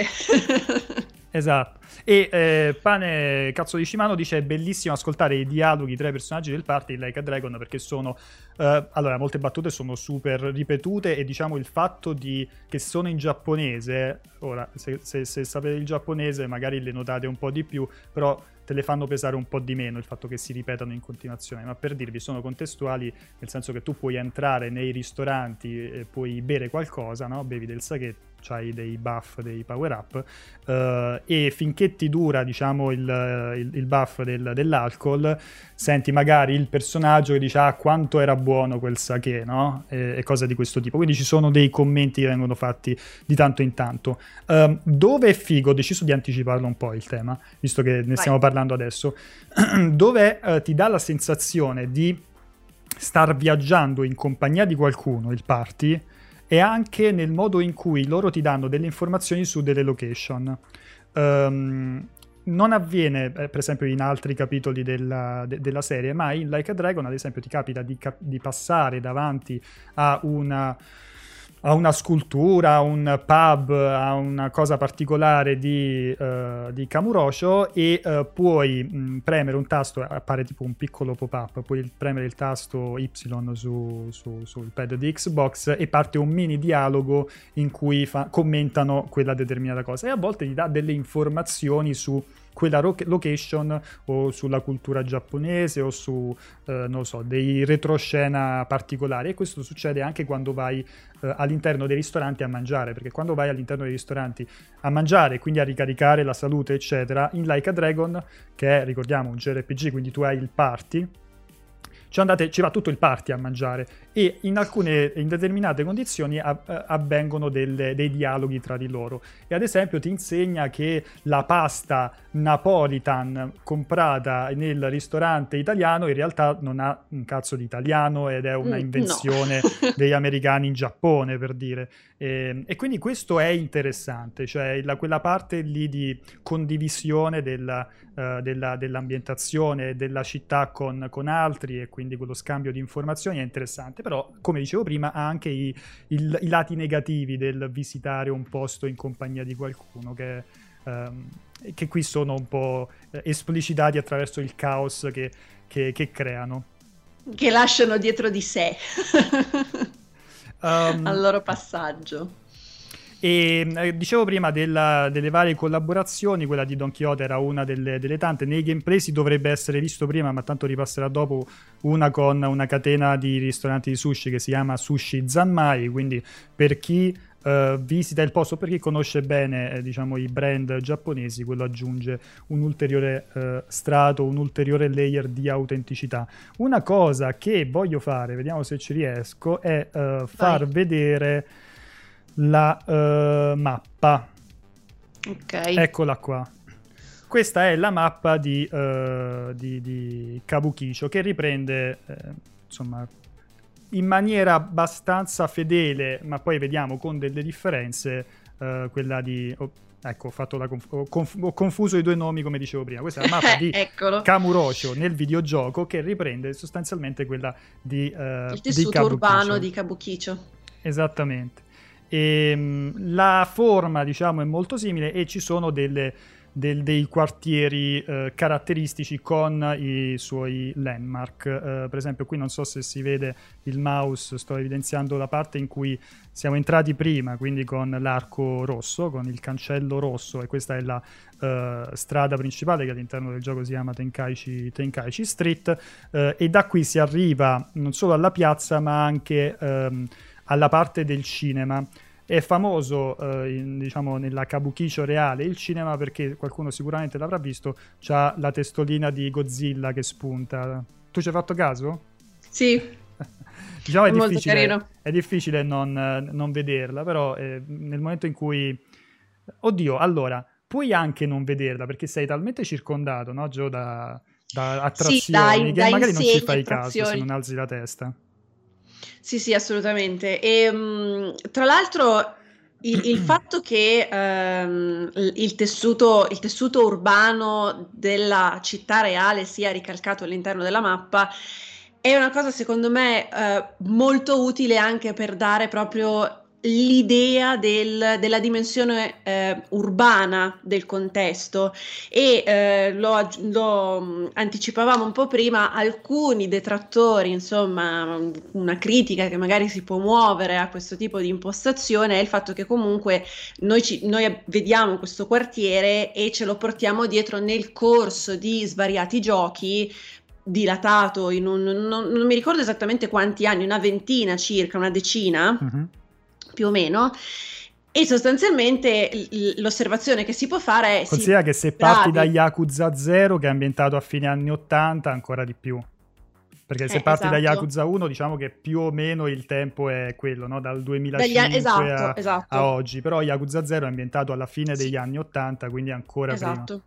Esatto. E eh, Pane Cazzo di Shimano dice: è bellissimo ascoltare i dialoghi tra i personaggi del party di Like a Dragon, perché sono eh, allora molte battute sono super ripetute, e diciamo il fatto di che sono in giapponese, ora se, se, se sapete il giapponese magari le notate un po' di più, però te le fanno pesare un po' di meno il fatto che si ripetano in continuazione, ma per dirvi sono contestuali, nel senso che tu puoi entrare nei ristoranti e puoi bere qualcosa, no? Bevi del sake, c'hai dei buff, dei power up, uh, e finché ti dura diciamo il, il, il buff del, dell'alcol, senti magari il personaggio che dice ah quanto era buono quel sake, no? E, e cose di questo tipo, quindi ci sono dei commenti che vengono fatti di tanto in tanto. Um, dove è figo, ho deciso di anticiparlo un po' il tema, visto che ne Vai. stiamo parlando adesso, dove uh, ti dà la sensazione di star viaggiando in compagnia di qualcuno, il party, e anche nel modo in cui loro ti danno delle informazioni su delle location. Um, non avviene, eh, per esempio, in altri capitoli della, de- della serie, ma in Like a Dragon, ad esempio, ti capita di, cap- di passare davanti a una... a una scultura, a un pub, a una cosa particolare di, uh, di Kamurocho, e uh, puoi mh, premere un tasto, appare tipo un piccolo pop-up, puoi premere il tasto Y su, su, sul pad di Xbox e parte un mini dialogo in cui fa- commentano quella determinata cosa, e a volte ti dà delle informazioni su quella ro- location o sulla cultura giapponese o su, eh, non lo so, dei retroscena particolari, e questo succede anche quando vai eh, all'interno dei ristoranti a mangiare, perché quando vai all'interno dei ristoranti a mangiare, quindi a ricaricare la salute eccetera, in Like a Dragon, che è, ricordiamo, un J R P G, quindi tu hai il party, ci, andate, ci va tutto il party a mangiare, e in alcune, in determinate condizioni a, a, avvengono delle, dei dialoghi tra di loro, e ad esempio ti insegna che la pasta napolitan comprata nel ristorante italiano in realtà non ha un cazzo di italiano ed è una invenzione no. degli americani in Giappone, per dire. E, e quindi questo è interessante, cioè la, quella parte lì di condivisione della, uh, della, dell'ambientazione della città con, con altri, e quindi quello scambio di informazioni è interessante. Però, come dicevo prima, ha anche i, il, i lati negativi del visitare un posto in compagnia di qualcuno, che, um, che qui sono un po' esplicitati attraverso il caos che, che, che creano. Che lasciano dietro di sé um, al loro passaggio. E eh, dicevo prima della, delle varie collaborazioni, quella di Don Quixote era una delle, delle tante. Nei gameplay si dovrebbe essere visto prima, ma tanto ripasserà dopo, una con una catena di ristoranti di sushi che si chiama Sushi Zanmai, quindi per chi Uh, visita il posto, per chi conosce bene eh, diciamo i brand giapponesi, quello aggiunge un ulteriore uh, strato, un ulteriore layer di autenticità. Una cosa che voglio fare, vediamo se ci riesco, è uh, far Vai. vedere la uh, mappa. Ok. Eccola qua. Questa è la mappa di, uh, di, di Kabukicho, che riprende eh, insomma in maniera abbastanza fedele, ma poi vediamo con delle differenze, uh, quella di... Oh, ecco, ho, fatto la conf- ho, conf- ho confuso i due nomi, come dicevo prima. Questa è la mappa di Kamurocho nel videogioco, che riprende sostanzialmente quella di uh, il tessuto urbano di Kabukicho. Esattamente. E, um, la forma, diciamo, è molto simile, e ci sono delle... Del, dei quartieri eh, caratteristici con i suoi landmark. Eh, per esempio qui non so se si vede il mouse, sto evidenziando la parte in cui siamo entrati prima, quindi con l'arco rosso, con il cancello rosso, e questa è la eh, strada principale che all'interno del gioco si chiama Tenkaichi, Tenkaichi Street, eh, e da qui si arriva non solo alla piazza ma anche ehm, alla parte del cinema. È famoso, eh, in, diciamo, nella Kabukicho reale il cinema, perché qualcuno sicuramente l'avrà visto, c'ha la testolina di Godzilla che spunta. Tu ci hai fatto caso? Sì. Diciamo è, è molto difficile, carino. È difficile non, non vederla, però eh, nel momento in cui... Oddio, allora, puoi anche non vederla, perché sei talmente circondato, no, Gio, da, da attrazioni, sì, dai, che dai magari non ci fai attrazioni. caso se non alzi la testa. Sì, sì, assolutamente. E um, tra l'altro il, il fatto che um, il tessuto, il tessuto urbano della città reale sia ricalcato all'interno della mappa è una cosa, secondo me, uh, molto utile anche per dare proprio l'idea del, della dimensione eh, urbana del contesto. E eh, lo, lo anticipavamo un po' prima, alcuni detrattori, insomma, una critica che magari si può muovere a questo tipo di impostazione è il fatto che comunque noi, ci, noi vediamo questo quartiere e ce lo portiamo dietro nel corso di svariati giochi, dilatato in un, non, non mi ricordo esattamente quanti anni, una ventina circa, una decina, mm-hmm. più o meno, e sostanzialmente l- l'osservazione che si può fare è... Considera che se parti da Yakuza zero, che è ambientato a fine anni ottanta, ancora di più. Perché se eh, parti esatto. da Yakuza uno, diciamo che più o meno il tempo è quello, no? Dal duemilacinque Dagli, esatto, a, esatto. a oggi. Però Yakuza zero è ambientato alla fine degli sì. anni ottanta, quindi ancora esatto. prima.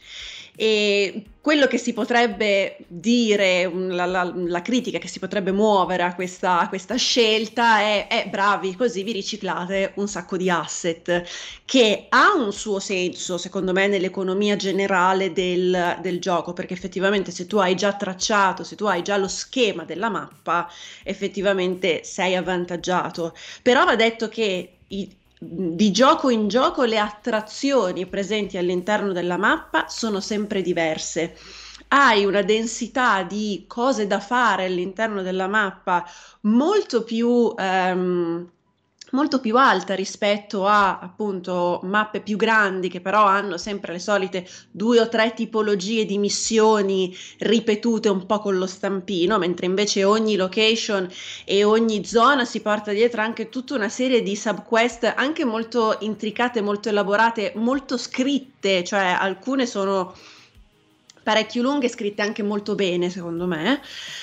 E quello che si potrebbe dire, la, la, la critica che si potrebbe muovere a questa, a questa scelta è, è bravi, così vi riciclate un sacco di asset, che ha un suo senso secondo me nell'economia generale del, del gioco, perché effettivamente se tu hai già tracciato, se tu hai già lo schema della mappa, effettivamente sei avvantaggiato. Però va detto che i di gioco in gioco le attrazioni presenti all'interno della mappa sono sempre diverse. Hai una densità di cose da fare all'interno della mappa molto più ehm, molto più alta rispetto a appunto mappe più grandi che però hanno sempre le solite due o tre tipologie di missioni ripetute un po' con lo stampino, mentre invece ogni location e ogni zona si porta dietro anche tutta una serie di subquest anche molto intricate, molto elaborate, molto scritte, cioè alcune sono parecchio lunghe, scritte anche molto bene, secondo me.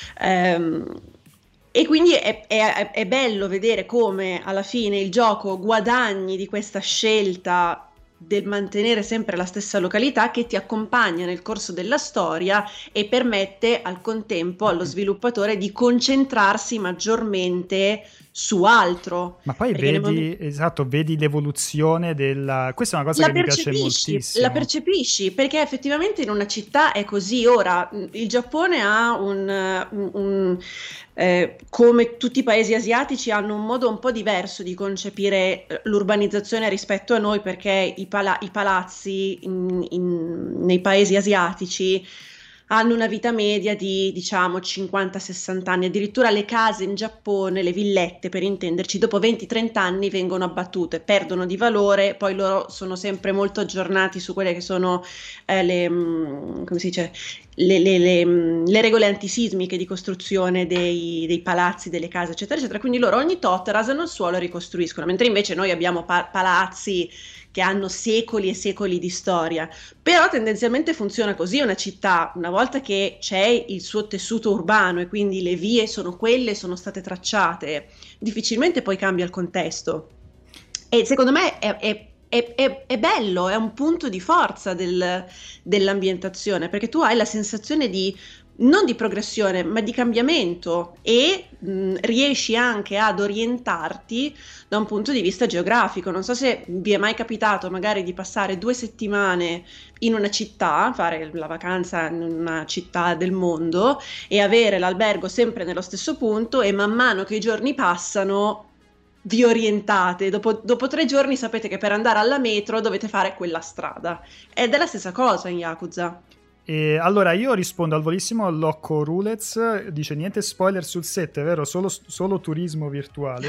Ehm, e quindi è, è, è bello vedere come alla fine il gioco guadagni di questa scelta del mantenere sempre la stessa località, che ti accompagna nel corso della storia e permette al contempo allo sviluppatore di concentrarsi maggiormente su altro. Ma poi Perché nel vedi, momento- esatto, vedi l'evoluzione della... Questa è una cosa La che mi piace percepisci, moltissimo. la percepisci, perché effettivamente in una città è così. Ora, mh, il Giappone ha un, eh, un- un, eh, come tutti i paesi asiatici, hanno un modo un po' diverso di concepire eh, l'urbanizzazione rispetto a noi, perché i, pala- i palazzi in- in- nei paesi asiatici hanno una vita media di, diciamo, cinquanta sessanta anni. Addirittura le case in Giappone, le villette per intenderci, dopo venti trenta anni vengono abbattute, perdono di valore, poi loro sono sempre molto aggiornati su quelle che sono eh, le, mh, come si dice, le, le- le, mh, le regole antisismiche di costruzione dei, dei palazzi, delle case, eccetera, eccetera. Quindi loro ogni tot rasano il suolo e ricostruiscono, mentre invece noi abbiamo pa- palazzi che hanno secoli e secoli di storia. Però tendenzialmente funziona così una città, una volta che c'è il suo tessuto urbano e quindi le vie sono quelle, sono state tracciate, difficilmente poi cambia il contesto. E secondo me è, è- è- è- è bello, è un punto di forza del- dell'ambientazione, perché tu hai la sensazione di non di progressione, ma di cambiamento e mh, riesci anche ad orientarti da un punto di vista geografico. Non so se vi è mai capitato magari di passare due settimane in una città, fare la vacanza in una città del mondo e avere l'albergo sempre nello stesso punto, e man mano che i giorni passano vi orientate. Dopo, dopo tre giorni sapete che per andare alla metro dovete fare quella strada. Ed è la stessa cosa in Yakuza. E allora io rispondo al volissimo Locco Rulez, dice niente spoiler sul set, vero? Solo, solo turismo virtuale.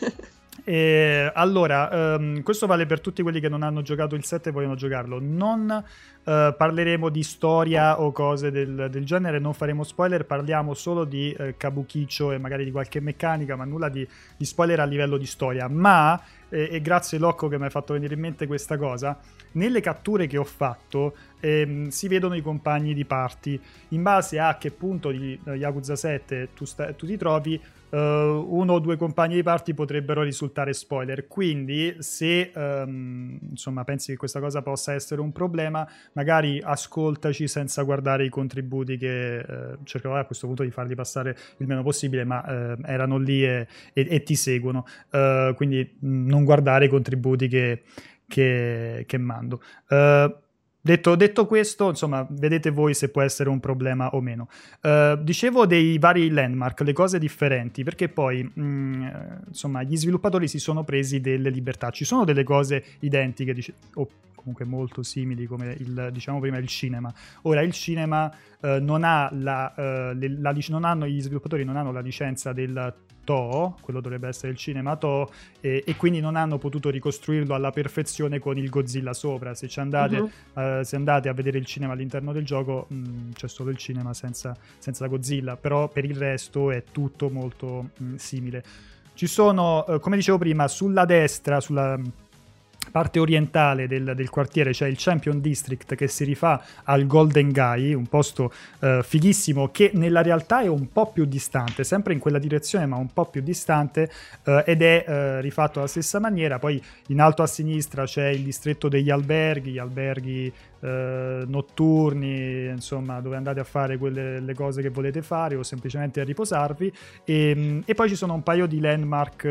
E allora, ehm, questo vale per tutti quelli che non hanno giocato il set e vogliono giocarlo. Non eh, parleremo di storia o cose del, del genere, non faremo spoiler, parliamo solo di eh, Kabukicho e magari di qualche meccanica, ma nulla di, di spoiler a livello di storia. Ma, eh, e grazie Locco che mi hai fatto venire in mente questa cosa, nelle catture che ho fatto ehm, si vedono i compagni di party. In base a che punto di uh, Yakuza sette tu, sta- tu ti trovi, uh, uno o due compagni di party potrebbero risultare spoiler. Quindi se um, insomma pensi che questa cosa possa essere un problema, magari ascoltaci senza guardare i contributi che uh, cercherò a questo punto di farli passare il meno possibile, ma uh, erano lì e, e, e ti seguono. Uh, quindi mh, non guardare i contributi che Che, che mando. Uh, detto, detto questo, insomma, vedete voi se può essere un problema o meno. Uh, dicevo dei vari landmark, le cose differenti, perché poi mh, insomma gli sviluppatori si sono presi delle libertà. Ci sono delle cose identiche, dice, o comunque molto simili, come il, diciamo prima il cinema. Ora il cinema uh, non ha la, uh, le, la non hanno gli sviluppatori non hanno la licenza del Toho, quello dovrebbe essere il cinema Toho, e, e quindi non hanno potuto ricostruirlo alla perfezione con il Godzilla sopra. Se ci andate, uh-huh. uh, se andate a vedere il cinema all'interno del gioco, mh, c'è solo il cinema senza, senza la Godzilla, però per il resto è tutto molto mh, simile. Ci sono, uh, come dicevo prima, sulla destra, sulla parte orientale del, del quartiere c'è il Champion District che si rifà al Golden Gai, un posto uh, fighissimo che nella realtà è un po' più distante, sempre in quella direzione ma un po' più distante, uh, ed è uh, rifatto alla stessa maniera. Poi in alto a sinistra c'è il distretto degli alberghi, gli alberghi Uh, notturni, insomma, dove andate a fare quelle le cose che volete fare o semplicemente a riposarvi, e, e poi ci sono un paio di landmark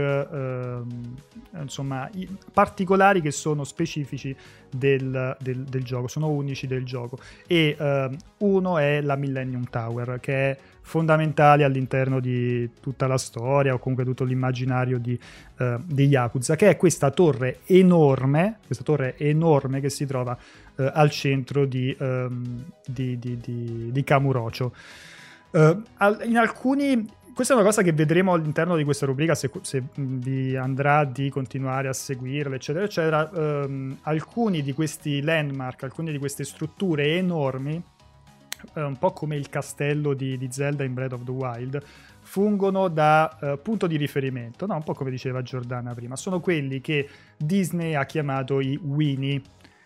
uh, insomma i, particolari che sono specifici del, del, del gioco, sono unici del gioco, e uh, uno è la Millennium Tower, che è fondamentale all'interno di tutta la storia o comunque tutto l'immaginario di, uh, di Yakuza, che è questa torre enorme questa torre enorme che si trova uh, al centro di, um, di, di, di, di Kamurocho. Uh, in alcuni Questa è una cosa che vedremo all'interno di questa rubrica, se, se vi andrà di continuare a seguirla, eccetera, eccetera. Um, alcuni di questi landmark, alcune di queste strutture enormi, un po' come il castello di, di Zelda in Breath of the Wild, fungono da uh, punto di riferimento, no? Un po' come diceva Giordana prima, sono quelli che Disney ha chiamato i Weenie.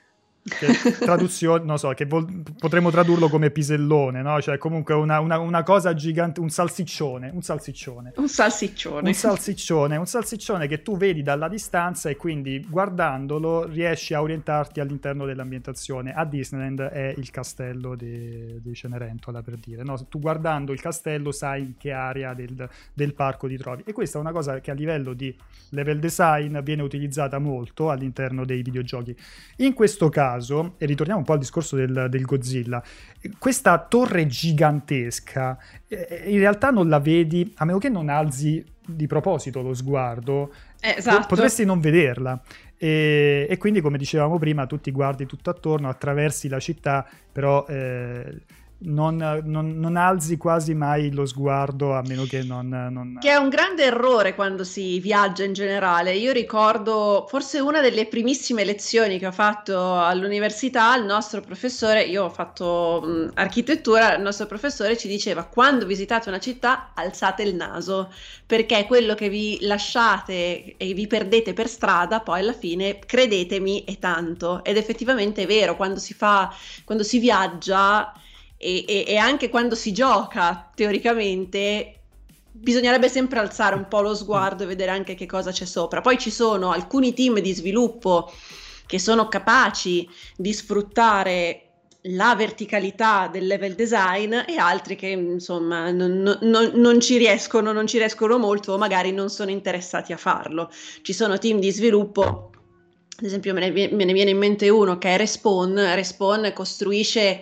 che traduzione, non so, che vol- potremmo tradurlo come pisellone, no? Cioè comunque una, una, una cosa gigante, un salsiccione, un salsiccione. Un salsiccione. Un salsiccione, un salsiccione che tu vedi dalla distanza e quindi guardandolo riesci a orientarti all'interno dell'ambientazione. A Disneyland è il castello di, di Cenerentola, per dire, no? Tu guardando il castello sai in che area del, del parco ti trovi, e questa è una cosa che a livello di level design viene utilizzata molto all'interno dei videogiochi. In questo caso, e ritorniamo un po' al discorso del, del Godzilla, questa torre gigantesca eh, in realtà non la vedi, a meno che non alzi di proposito lo sguardo, eh, esatto. potresti non vederla. E, e quindi, come dicevamo prima, tu ti guardi tutto attorno, attraversi la città, però eh, non, non, non alzi quasi mai lo sguardo, a meno che non, non... Che è un grande errore quando si viaggia in generale. Io ricordo forse una delle primissime lezioni che ho fatto all'università, il nostro professore, io ho fatto mh, architettura, il nostro professore ci diceva: quando visitate una città alzate il naso, perché quello che vi lasciate e vi perdete per strada poi alla fine, credetemi, è tanto. Ed effettivamente è vero, quando si fa, quando si viaggia e, e, e anche quando si gioca, teoricamente bisognerebbe sempre alzare un po' lo sguardo e vedere anche che cosa c'è sopra. Poi ci sono alcuni team di sviluppo che sono capaci di sfruttare la verticalità del level design e altri che insomma non, non, non ci riescono, non ci riescono molto, o magari non sono interessati a farlo. Ci sono team di sviluppo, ad esempio me ne, me ne viene in mente uno che è Respawn. Respawn costruisce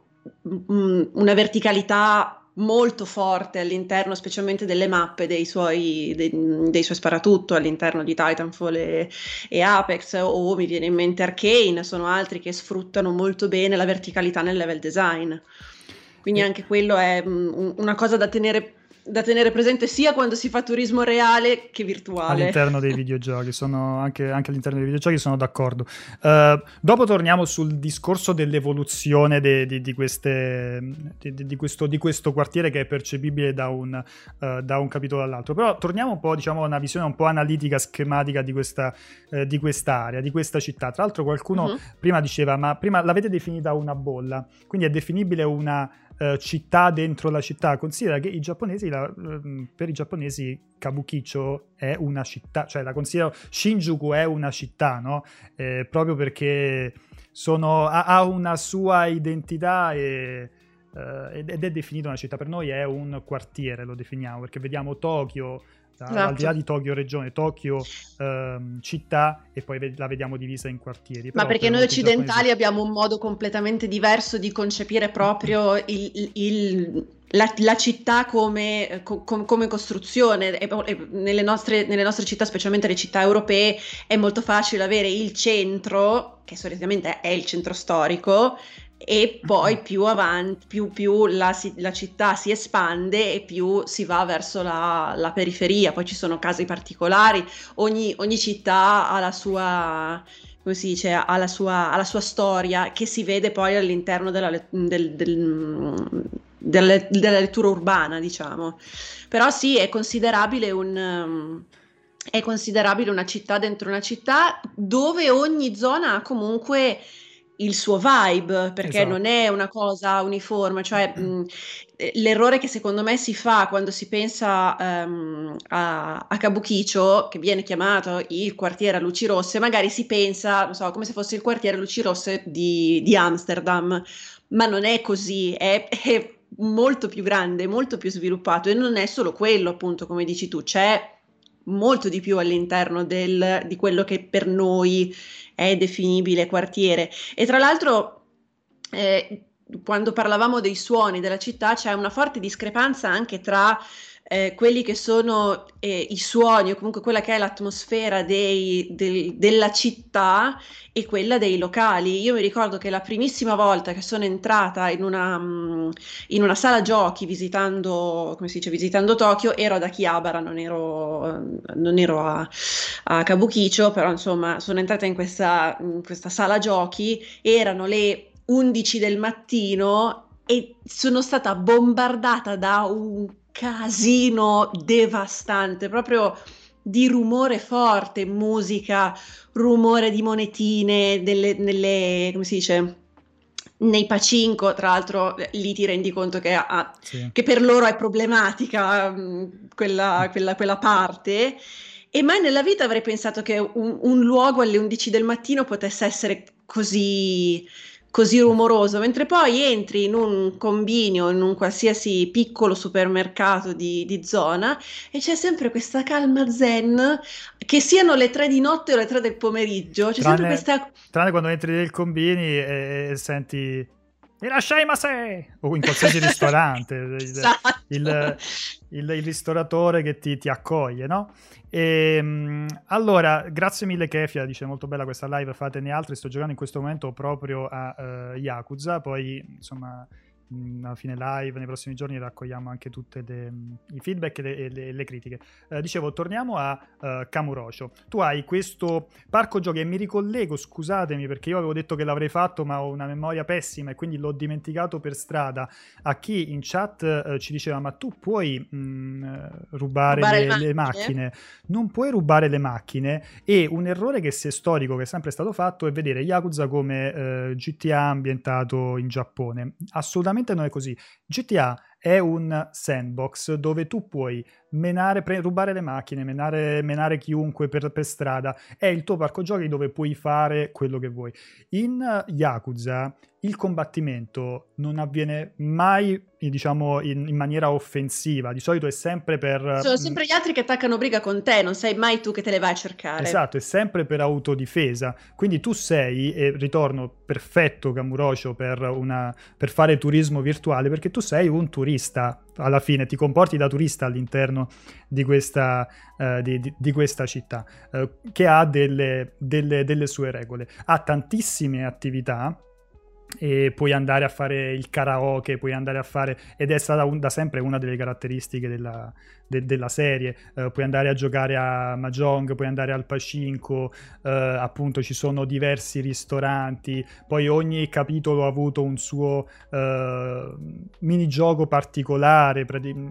una verticalità molto forte all'interno, specialmente delle mappe dei suoi, dei, dei suoi sparatutto all'interno di Titanfall e, e Apex, o mi viene in mente Arcane. Sono altri che sfruttano molto bene la verticalità nel level design, quindi anche quello è um, una cosa da tenere da tenere presente sia quando si fa turismo reale che virtuale. All'interno dei videogiochi, sono anche, anche all'interno dei videogiochi sono d'accordo. Uh, dopo torniamo sul discorso dell'evoluzione de, de, di, queste, de, de, di, questo, di questo quartiere, che è percepibile da un, uh, da un capitolo all'altro. Però torniamo un po', diciamo, a una visione un po' analitica, schematica di questa uh, di quest'area, di questa città. Tra l'altro qualcuno uh-huh. prima diceva, ma prima l'avete definita una bolla, quindi è definibile una Uh, città dentro la città. Considera che i giapponesi la, uh, per i giapponesi Kabukicho è una città, cioè la considero, Shinjuku è una città, no? Eh, proprio perché sono, ha, ha una sua identità e, uh, ed è definita una città. Per noi è un quartiere, lo definiamo, perché vediamo Tokyo, esatto. Al di là di Tokyo regione, Tokyo ehm, città, e poi la vediamo divisa in quartieri. Ma però perché per noi occidentali giapponesi... abbiamo un modo completamente diverso di concepire proprio il, il, il, la, la città come, co, come costruzione. E, e nelle, nostre, nelle nostre città, specialmente le città europee, è molto facile avere il centro, che solitamente è il centro storico, e poi più avanti, più, più la, la città si espande e più si va verso la, la periferia. Poi ci sono casi particolari, ogni, ogni città ha la sua, come si dice, ha la sua, ha la sua storia, che si vede poi all'interno della, del, del, della, della lettura urbana, diciamo. Però sì, è considerabile un... è considerabile una città dentro una città, dove ogni zona ha comunque il suo vibe, perché esatto. non è una cosa uniforme. Cioè mh, l'errore che secondo me si fa quando si pensa um, a, a Kabukicho, che viene chiamato il quartiere a luci rosse, magari si pensa, non so, come se fosse il quartiere a luci rosse di, di Amsterdam, ma non è così, è, è molto più grande, molto più sviluppato, e non è solo quello, appunto, come dici tu, c'è molto di più all'interno del, di quello che per noi è definibile quartiere. E tra l'altro eh, quando parlavamo dei suoni della città, c'è una forte discrepanza anche tra eh, quelli che sono eh, i suoni, o comunque quella che è l'atmosfera dei, del, della città e quella dei locali. Io mi ricordo che la primissima volta che sono entrata in una, in una sala giochi visitando, come si dice, visitando Tokyo, ero ad Akihabara, non ero, non ero a, a Kabukicho, però insomma sono entrata in questa, in questa sala giochi, erano le undici del mattino e sono stata bombardata da un casino devastante, proprio di rumore forte, musica, rumore di monetine, delle, nelle, come si dice, nei pacinco, tra l'altro lì ti rendi conto che, ha, Sì. che per loro è problematica mh, quella, quella, quella parte. E mai nella vita avrei pensato che un, un luogo alle undici del mattino potesse essere così, così rumoroso, mentre poi entri in un combinio, in un qualsiasi piccolo supermercato di, di zona e c'è sempre questa calma zen, che siano le tre di notte o le tre del pomeriggio, c'è sempre Tranne, questa... tranne quando entri nel combini e, e senti "Irashaimase" o in qualsiasi ristorante, il, Esatto. il, il, il ristoratore che ti, ti accoglie, no? E, mh, allora, grazie mille Kefia, dice molto bella questa live, fatene altre, sto giocando in questo momento proprio a uh, Yakuza, poi insomma alla fine live nei prossimi giorni raccogliamo anche tutti i feedback e le, e le, le critiche. Eh, dicevo, torniamo a uh, Kamurocho. Tu hai questo parco giochi e mi ricollego, scusatemi perché io avevo detto che l'avrei fatto ma ho una memoria pessima e quindi l'ho dimenticato per strada. A chi in chat uh, ci diceva ma tu puoi mh, rubare, Rubare le, le le macchine? macchine? Non puoi rubare le macchine, e un errore che se storico che è sempre stato fatto è vedere Yakuza come uh, G T A ambientato in Giappone. Assolutamente non è così. G T A è un sandbox dove tu puoi menare, pre- rubare le macchine, menare, menare chiunque per, per strada. È il tuo parco giochi dove puoi fare quello che vuoi. In Yakuza il combattimento non avviene mai, diciamo, in, in maniera offensiva. Di solito è sempre per... Sono sempre gli altri che attaccano briga con te, non sei mai tu che te le vai a cercare. Esatto, è sempre per autodifesa. Quindi tu sei, e ritorno perfetto Kamurocho per, una, per fare turismo virtuale, perché tu sei un turista, alla fine ti comporti da turista all'interno di questa, uh, di, di, di questa città, uh, che ha delle, delle, delle sue regole. Ha tantissime attività, e puoi andare a fare il karaoke, puoi andare a fare, ed è stata un, da sempre una delle caratteristiche della, de, della serie, uh, puoi andare a giocare a Mahjong, puoi andare al Pachinko, uh, appunto ci sono diversi ristoranti, poi ogni capitolo ha avuto un suo uh, minigioco particolare,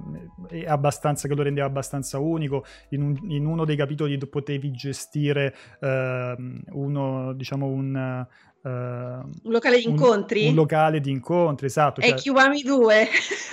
è abbastanza, che lo rendeva abbastanza unico. In, un, in uno dei capitoli potevi gestire uh, uno, diciamo un Uh, un locale di un, incontri? un locale di incontri, esatto. È Cioè, Kiwami due.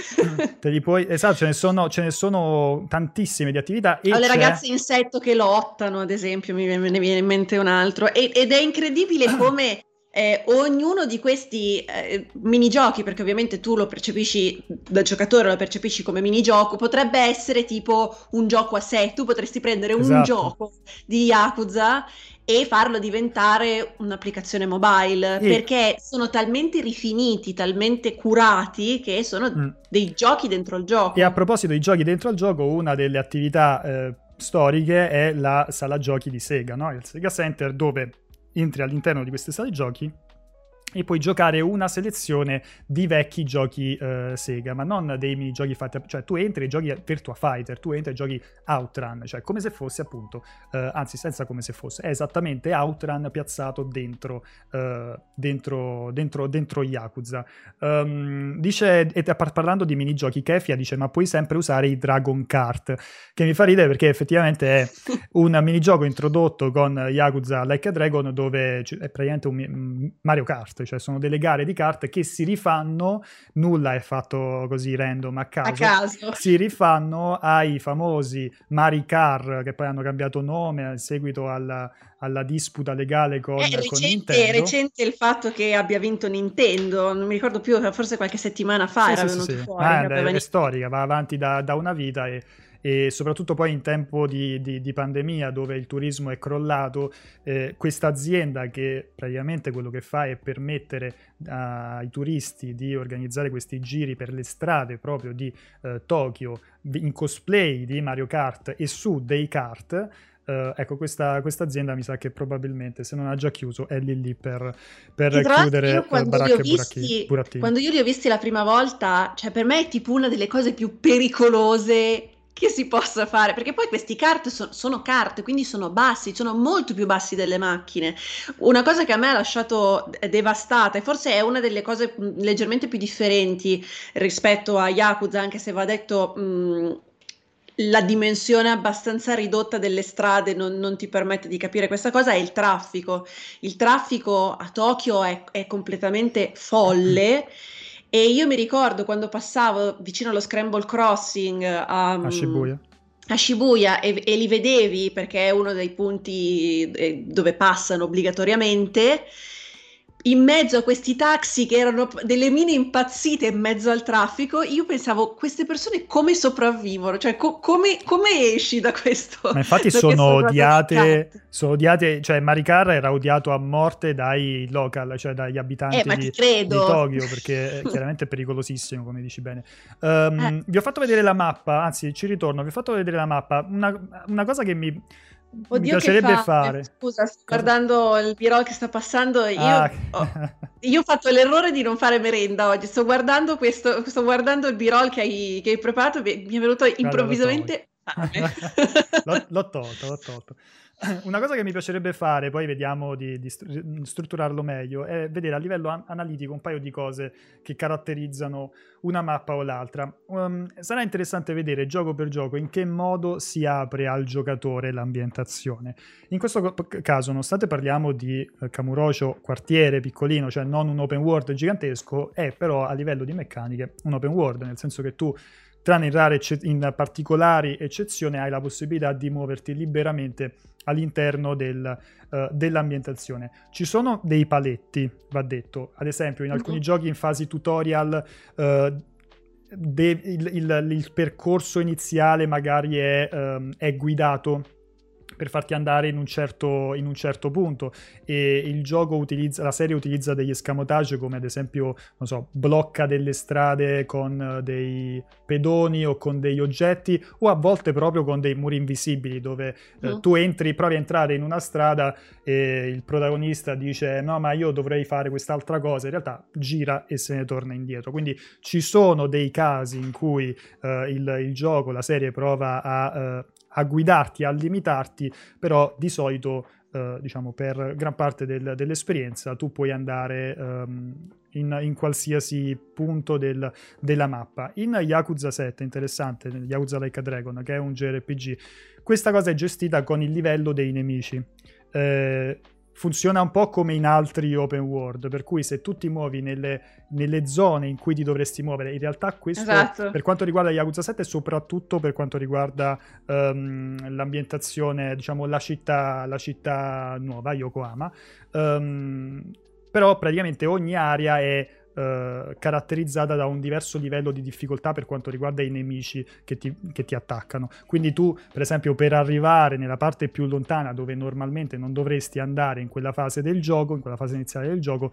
te li puoi, esatto, ce ne sono, ce ne sono tantissime di attività. E Ho le c'è... ragazze insetto che lottano, ad esempio, mi, me ne viene in mente un altro. E, ed è incredibile come eh, ognuno di questi eh, minigiochi, perché ovviamente tu lo percepisci, da giocatore lo percepisci come minigioco, potrebbe essere tipo un gioco a sé. Tu potresti prendere un esatto. gioco di Yakuza e farlo diventare un'applicazione mobile, E... perché sono talmente rifiniti, talmente curati, che sono mm. dei giochi dentro il gioco. E a proposito di giochi dentro il gioco, una delle attività eh, storiche è la sala giochi di Sega, no? Il Sega Center, dove entri all'interno di queste sale giochi e puoi giocare una selezione di vecchi giochi eh, Sega, ma non dei minigiochi fatti, cioè tu entri e giochi Virtua Fighter, tu entri e giochi Outrun, cioè come se fosse appunto, eh, anzi senza come se fosse, è esattamente Outrun piazzato dentro, eh, dentro, dentro, dentro Yakuza. Um, dice, e par- parlando di minigiochi, Kefia dice, ma puoi sempre usare i Dragon Kart, che mi fa ridere perché effettivamente è un minigioco introdotto con Yakuza Like a Dragon, dove è praticamente un Mario Kart, cioè sono delle gare di kart che si rifanno, nulla è fatto così random a caso, a caso. si rifanno ai famosi Maricar, che poi hanno cambiato nome in seguito alla, alla disputa legale con, è con recente, Nintendo. È recente il fatto che abbia vinto Nintendo, non mi ricordo più, forse qualche settimana fa sì, era sì, venuto sì, sì. fuori. Ah, è, è storica, va avanti da, da una vita e e soprattutto poi in tempo di, di, di pandemia, dove il turismo è crollato, eh, questa azienda, che praticamente quello che fa è permettere ai turisti di organizzare questi giri per le strade proprio di eh, Tokyo in cosplay di Mario Kart e su dei kart. Uh, ecco, questa, questa azienda mi sa che probabilmente, se non ha già chiuso, è lì lì per, per chiudere io quando uh, li ho baracche visti, e burattini. quando io li ho visti la prima volta, cioè per me è tipo una delle cose più pericolose che si possa fare, perché poi questi kart so- sono kart, quindi sono bassi, sono molto più bassi delle macchine. Una cosa che a me ha lasciato devastata, e forse è una delle cose mh, leggermente più differenti rispetto a Yakuza, anche se va detto... Mh, la dimensione abbastanza ridotta delle strade non, non ti permette di capire questa cosa, è il traffico. Il traffico a Tokyo è, è completamente folle. E io mi ricordo quando passavo vicino allo Scramble Crossing a, A Shibuya. a Shibuya e, e li vedevi perché è uno dei punti eh, dove passano obbligatoriamente, in mezzo a questi taxi che erano delle mine impazzite in mezzo al traffico, io pensavo, queste persone come sopravvivono? Cioè, co- come, come esci da questo? Ma infatti Da sono questo odiate, bloccate? sono odiate, cioè Maricar era odiato a morte dai local, cioè dagli Eh, abitanti ma ti di, di credo. Tokyo, perché è chiaramente pericolosissimo, come dici bene. Eh, Ehm, vi ho fatto vedere la mappa, anzi ci ritorno, vi ho fatto vedere la mappa, una, una cosa che mi, mi Oddio, che piacerebbe fame. fare. Scusa, sto Cosa? guardando il B-roll che sta passando. Ah, Io ho, io ho fatto l'errore di non fare merenda oggi. Sto guardando questo, sto guardando il B-roll che hai, che hai preparato. Mi mi è venuto guarda, l'ho tolto. improvvisamente fame. l'ho, l'ho tolto, l'ho tolto. Una cosa che mi piacerebbe fare, poi vediamo di, di stru- strutturarlo meglio, è vedere a livello an- analitico un paio di cose che caratterizzano una mappa o l'altra. Um, sarà interessante vedere gioco per gioco in che modo si apre al giocatore l'ambientazione. In questo co- caso, nonostante parliamo di eh, Kamurocho quartiere piccolino, cioè non un open world gigantesco, è però a livello di meccaniche un open world, nel senso che tu, tranne in, rare ecce- in particolari eccezioni, hai la possibilità di muoverti liberamente all'interno del, uh, dell'ambientazione. Ci sono dei paletti, va detto, ad esempio in alcuni Mhm. giochi in fasi tutorial uh, de- il, il- il percorso iniziale magari è, um, è guidato per farti andare in un certo, in un certo punto, e il gioco utilizza, la serie utilizza degli escamotage come ad esempio, non so, blocca delle strade con dei pedoni o con degli oggetti, o a volte proprio con dei muri invisibili dove eh, Mhm. tu entri, provi a entrare in una strada e il protagonista dice no ma io dovrei fare quest'altra cosa, in realtà gira e se ne torna indietro. Quindi ci sono dei casi in cui eh, il, il gioco, la serie prova a eh, a guidarti, a limitarti, però di solito, eh, diciamo, per gran parte del, dell'esperienza tu puoi andare um, in, in qualsiasi punto del, della mappa. In Yakuza sette, interessante, nel Yakuza Like a Dragon, che è un J R P G, questa cosa è gestita con il livello dei nemici. Eh, funziona un po' come in altri open world, per cui se tu ti muovi nelle, nelle zone in cui ti dovresti muovere, in realtà questo Esatto. per quanto riguarda Yakuza sette e soprattutto per quanto riguarda um, l'ambientazione, diciamo la città, la città nuova, Yokohama, um, però praticamente ogni area è Uh, caratterizzata da un diverso livello di difficoltà per quanto riguarda i nemici che ti, che ti attaccano. Quindi tu, per esempio, per arrivare nella parte più lontana dove normalmente non dovresti andare in quella fase del gioco, in quella fase iniziale del gioco,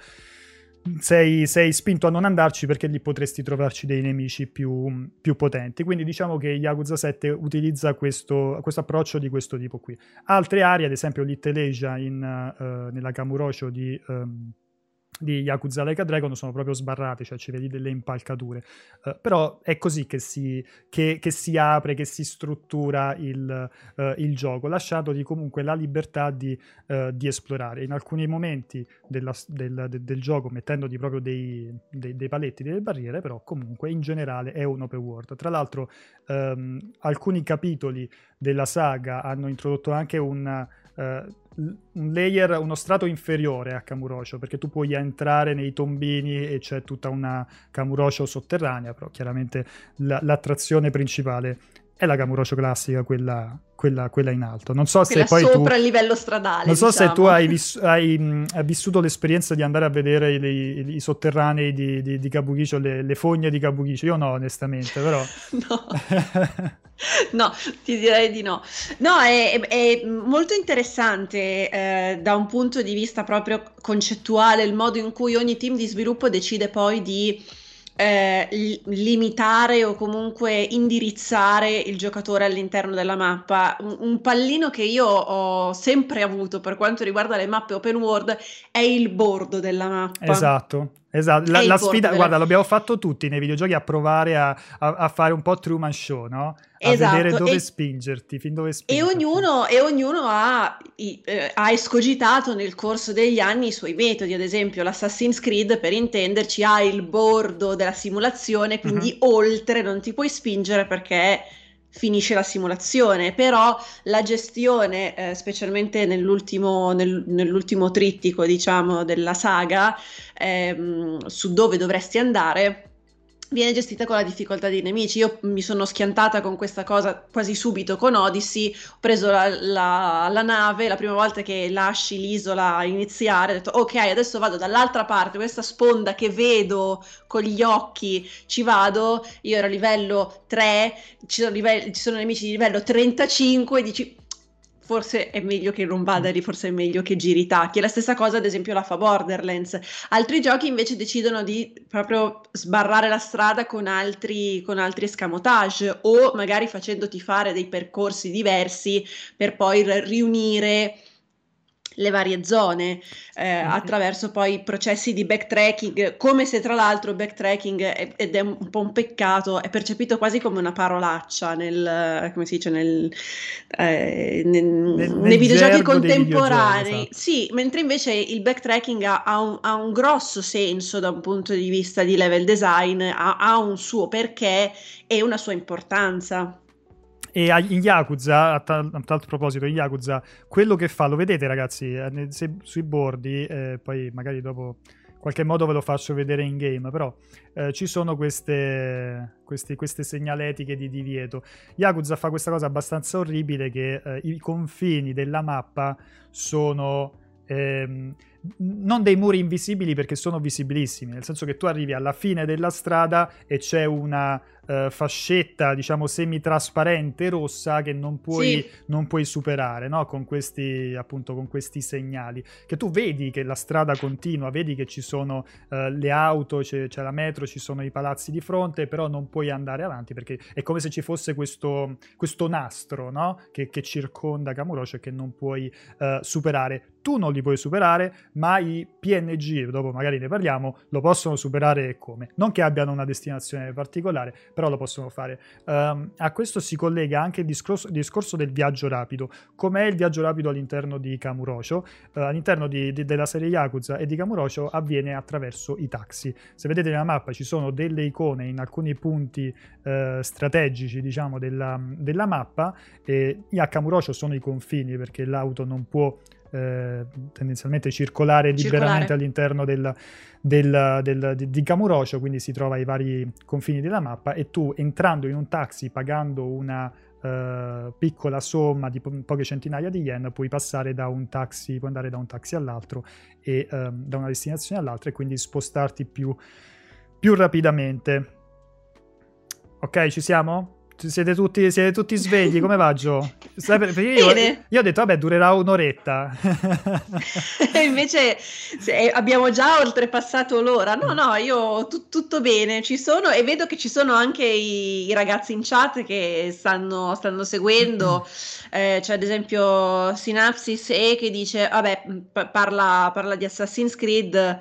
sei, sei spinto a non andarci perché lì potresti trovarci dei nemici più, più potenti. Quindi diciamo che Yakuza sette utilizza questo, questo approccio di questo tipo qui. Altre aree, ad esempio Little Asia in, uh, nella Kamurocho di... Um, di Yakuza Like a Dragon, sono proprio sbarrate, cioè ci vedi delle impalcature, uh, però è così che si, che, che si apre, che si struttura il, uh, il gioco, lasciandoti comunque la libertà di, uh, di esplorare in alcuni momenti della, del, del, del gioco, mettendoti proprio dei, dei, dei paletti, delle barriere, però comunque in generale è un open world. Tra l'altro um, alcuni capitoli della saga hanno introdotto anche un uh, un layer, uno strato inferiore a Kamurocho, perché tu puoi entrare nei tombini e c'è tutta una Kamurocho sotterranea, però chiaramente la, l'attrazione principale è la Kamurocho classica, quella, quella, quella in alto. Non so Quella se poi sopra tu, il livello stradale, non so diciamo. se tu hai, vis- hai mh, vissuto l'esperienza di andare a vedere i, i, i sotterranei di, di, di Kabukicho, le, le fogne di Kabukicho. Io no, onestamente, però... No. No, ti direi di no. No, è, è molto interessante eh, da un punto di vista proprio concettuale il modo in cui ogni team di sviluppo decide poi di eh, li- limitare o comunque indirizzare il giocatore all'interno della mappa. Un, un pallino che io ho sempre avuto per quanto riguarda le mappe open world è il bordo della mappa. Esatto, esatto. La, È il la bordo sfida, della... guarda, l'abbiamo fatto tutti nei videogiochi a provare a, a- a fare un po' Truman Show, no? A vedere Esatto, dove e spingerti, fin dove E spingerti. ognuno, e ognuno ha, i- eh, ha escogitato nel corso degli anni i suoi metodi, ad esempio l'Assassin's Creed, per intenderci, ha il bordo della simulazione, Mhm. quindi oltre non ti puoi spingere perché finisce la simulazione, però la gestione, eh, specialmente nell'ultimo, nel- nell'ultimo trittico, diciamo, della saga, ehm, su dove dovresti andare, viene gestita con la difficoltà dei nemici. Io mi sono schiantata con questa cosa quasi subito con Odyssey, ho preso la, la- la nave, la prima volta che lasci l'isola iniziare, ho detto ok, adesso vado dall'altra parte, questa sponda che vedo con gli occhi, ci vado, io ero a livello tre, ci sono, livelli- ci sono nemici di livello trentacinque, e dici forse è meglio che non vada lì, forse è meglio che giri i tacchi. E la stessa cosa ad esempio la fa Borderlands. Altri giochi invece decidono di proprio sbarrare la strada con altri, con altri escamotage, o magari facendoti fare dei percorsi diversi per poi r- riunire le varie zone, eh, attraverso poi processi di backtracking, come se tra l'altro backtracking è, ed è un po' un peccato, è percepito quasi come una parolaccia nel, come si dice, nel, eh, nel- Nel, nei nel videogiochi gergo dei videogiochi, contemporanei. esatto. Sì, mentre invece il backtracking ha, ha un, ha un grosso senso da un punto di vista di level design, ha, ha un suo perché e una sua importanza. E a- in Yakuza, a tal, a tal proposito, in Yakuza, quello che fa, lo vedete ragazzi, eh, ne- se- sui bordi, eh, poi magari dopo in qualche modo ve lo faccio vedere in game, però eh, ci sono queste, questi- queste segnaletiche di divieto. Yakuza fa questa cosa abbastanza orribile che eh, i confini della mappa sono... ehm, non dei muri invisibili perché sono visibilissimi, nel senso che tu arrivi alla fine della strada e c'è una eh, fascetta, diciamo, semitrasparente rossa che non puoi, Sì, non puoi superare, no? Con questi, appunto, con questi segnali. Che tu vedi che la strada continua, vedi che ci sono eh, le auto, c'è, c'è la metro, ci sono i palazzi di fronte, però non puoi andare avanti perché è come se ci fosse questo, questo nastro, no? Che, che circonda Kamurocho e che non puoi eh, superare. Tu non li puoi superare, ma i P N G, dopo magari ne parliamo, lo possono superare e come. Non che abbiano una destinazione particolare, però lo possono fare. Um, a questo si collega anche il discorso, il discorso del viaggio rapido. Com'è il viaggio rapido all'interno di Kamurocho? Uh, all'interno di, di, della serie Yakuza e di Kamurocho avviene attraverso i taxi. Se vedete nella mappa ci sono delle icone in alcuni punti uh, strategici, diciamo, della, della mappa, e a Kamurocho sono i confini perché l'auto non può Eh, tendenzialmente circolare liberamente circolare. all'interno del, del, del, di, di Kamurocho, quindi si trova ai vari confini della mappa e tu entrando in un taxi pagando una uh, piccola somma di po- poche centinaia di yen puoi passare da un taxi, puoi andare da un taxi all'altro e um, da una destinazione all'altra e quindi spostarti più, più rapidamente. Ok, ci siamo? Siete tutti, siete tutti svegli? Come va, Gio? Sai, perché io, Bene. io ho detto, vabbè, durerà un'oretta. E invece se- abbiamo già oltrepassato l'ora. No, no, io tu- tutto bene, ci sono e vedo che ci sono anche i, i ragazzi in chat che stanno, stanno seguendo. Eh, c'è ad esempio Synapsis E che dice, vabbè, pa- parla, parla di Assassin's Creed.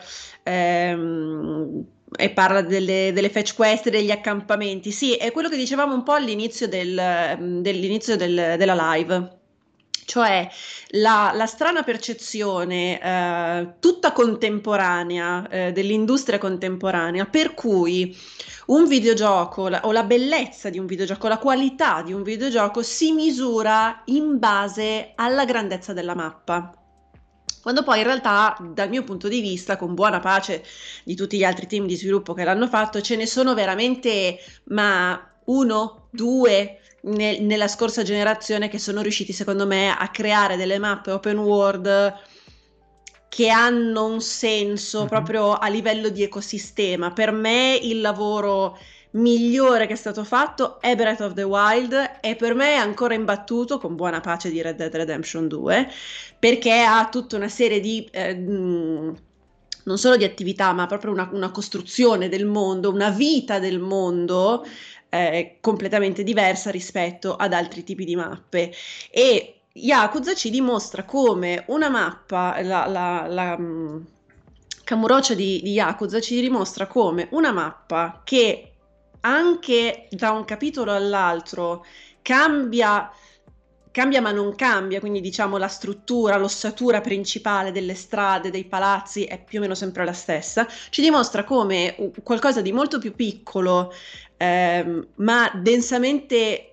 ehm, E parla delle, delle fetch quest, degli accampamenti. Sì, è quello che dicevamo un po' all'inizio del- dell'inizio del- della live. Cioè la, la strana percezione eh, tutta contemporanea eh, dell'industria contemporanea, per cui un videogioco la- o la bellezza di un videogioco, la qualità di un videogioco si misura in base alla grandezza della mappa. Quando poi in realtà, dal mio punto di vista, con buona pace di tutti gli altri team di sviluppo che l'hanno fatto, ce ne sono veramente ma uno, due ne- nella scorsa generazione che sono riusciti, secondo me, a creare delle mappe open world che hanno un senso Mhm. proprio a livello di ecosistema. Per me il lavoro migliore che è stato fatto è Breath of the Wild e per me è ancora imbattuto, con buona pace di Red Dead Redemption due, perché ha tutta una serie di... eh, mh, non solo di attività, ma proprio una, una costruzione del mondo, una vita del mondo eh, completamente diversa rispetto ad altri tipi di mappe. E Yakuza ci dimostra come una mappa, la, la, la mh, Kamurocho di, di Yakuza ci dimostra come una mappa che anche da un capitolo all'altro cambia, cambia ma non cambia, quindi diciamo la struttura, l'ossatura principale delle strade, dei palazzi è più o meno sempre la stessa, ci dimostra come u- qualcosa di molto più piccolo, ehm, ma densamente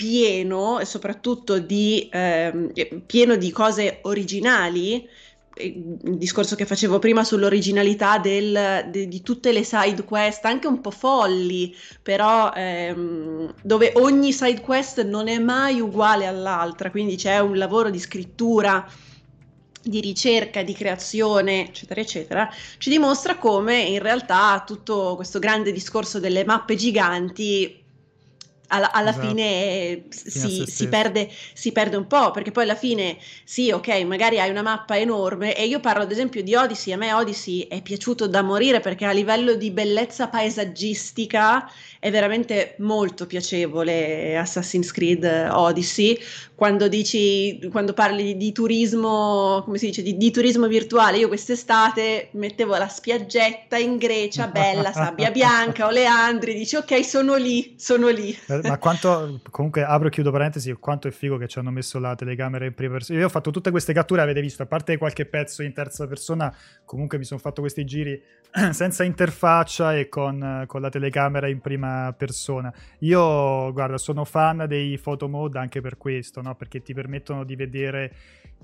pieno e soprattutto di, ehm, pieno di cose originali. Il discorso che facevo prima sull'originalità del, de, di tutte le side quest, anche un po' folli, però ehm, dove ogni side quest non è mai uguale all'altra, quindi c'è un lavoro di scrittura, di ricerca, di creazione, eccetera, eccetera, ci dimostra come in realtà tutto questo grande discorso delle mappe giganti alla, alla Esatto. fine Fine a si, se si stesso. perde, si perde un po', perché poi alla fine sì, ok, magari hai una mappa enorme, e io parlo ad esempio di Odyssey. A me Odyssey è piaciuto da morire perché a livello di bellezza paesaggistica è veramente molto piacevole Assassin's Creed Odyssey. Quando dici, quando parli di turismo, come si dice, di, di turismo virtuale, io quest'estate mettevo la spiaggetta in Grecia, bella, sabbia bianca, oleandri, dici ok, sono lì, sono lì. Ma quanto, comunque apro e chiudo parentesi, quanto è figo che ci hanno messo la telecamera in prima persona. Io ho fatto tutte queste catture, avete visto, a parte qualche pezzo in terza persona, comunque mi sono fatto questi giri senza interfaccia e con, con la telecamera in prima persona. Io, guarda, sono fan dei photo mode anche per questo, no? Perché ti permettono di vedere,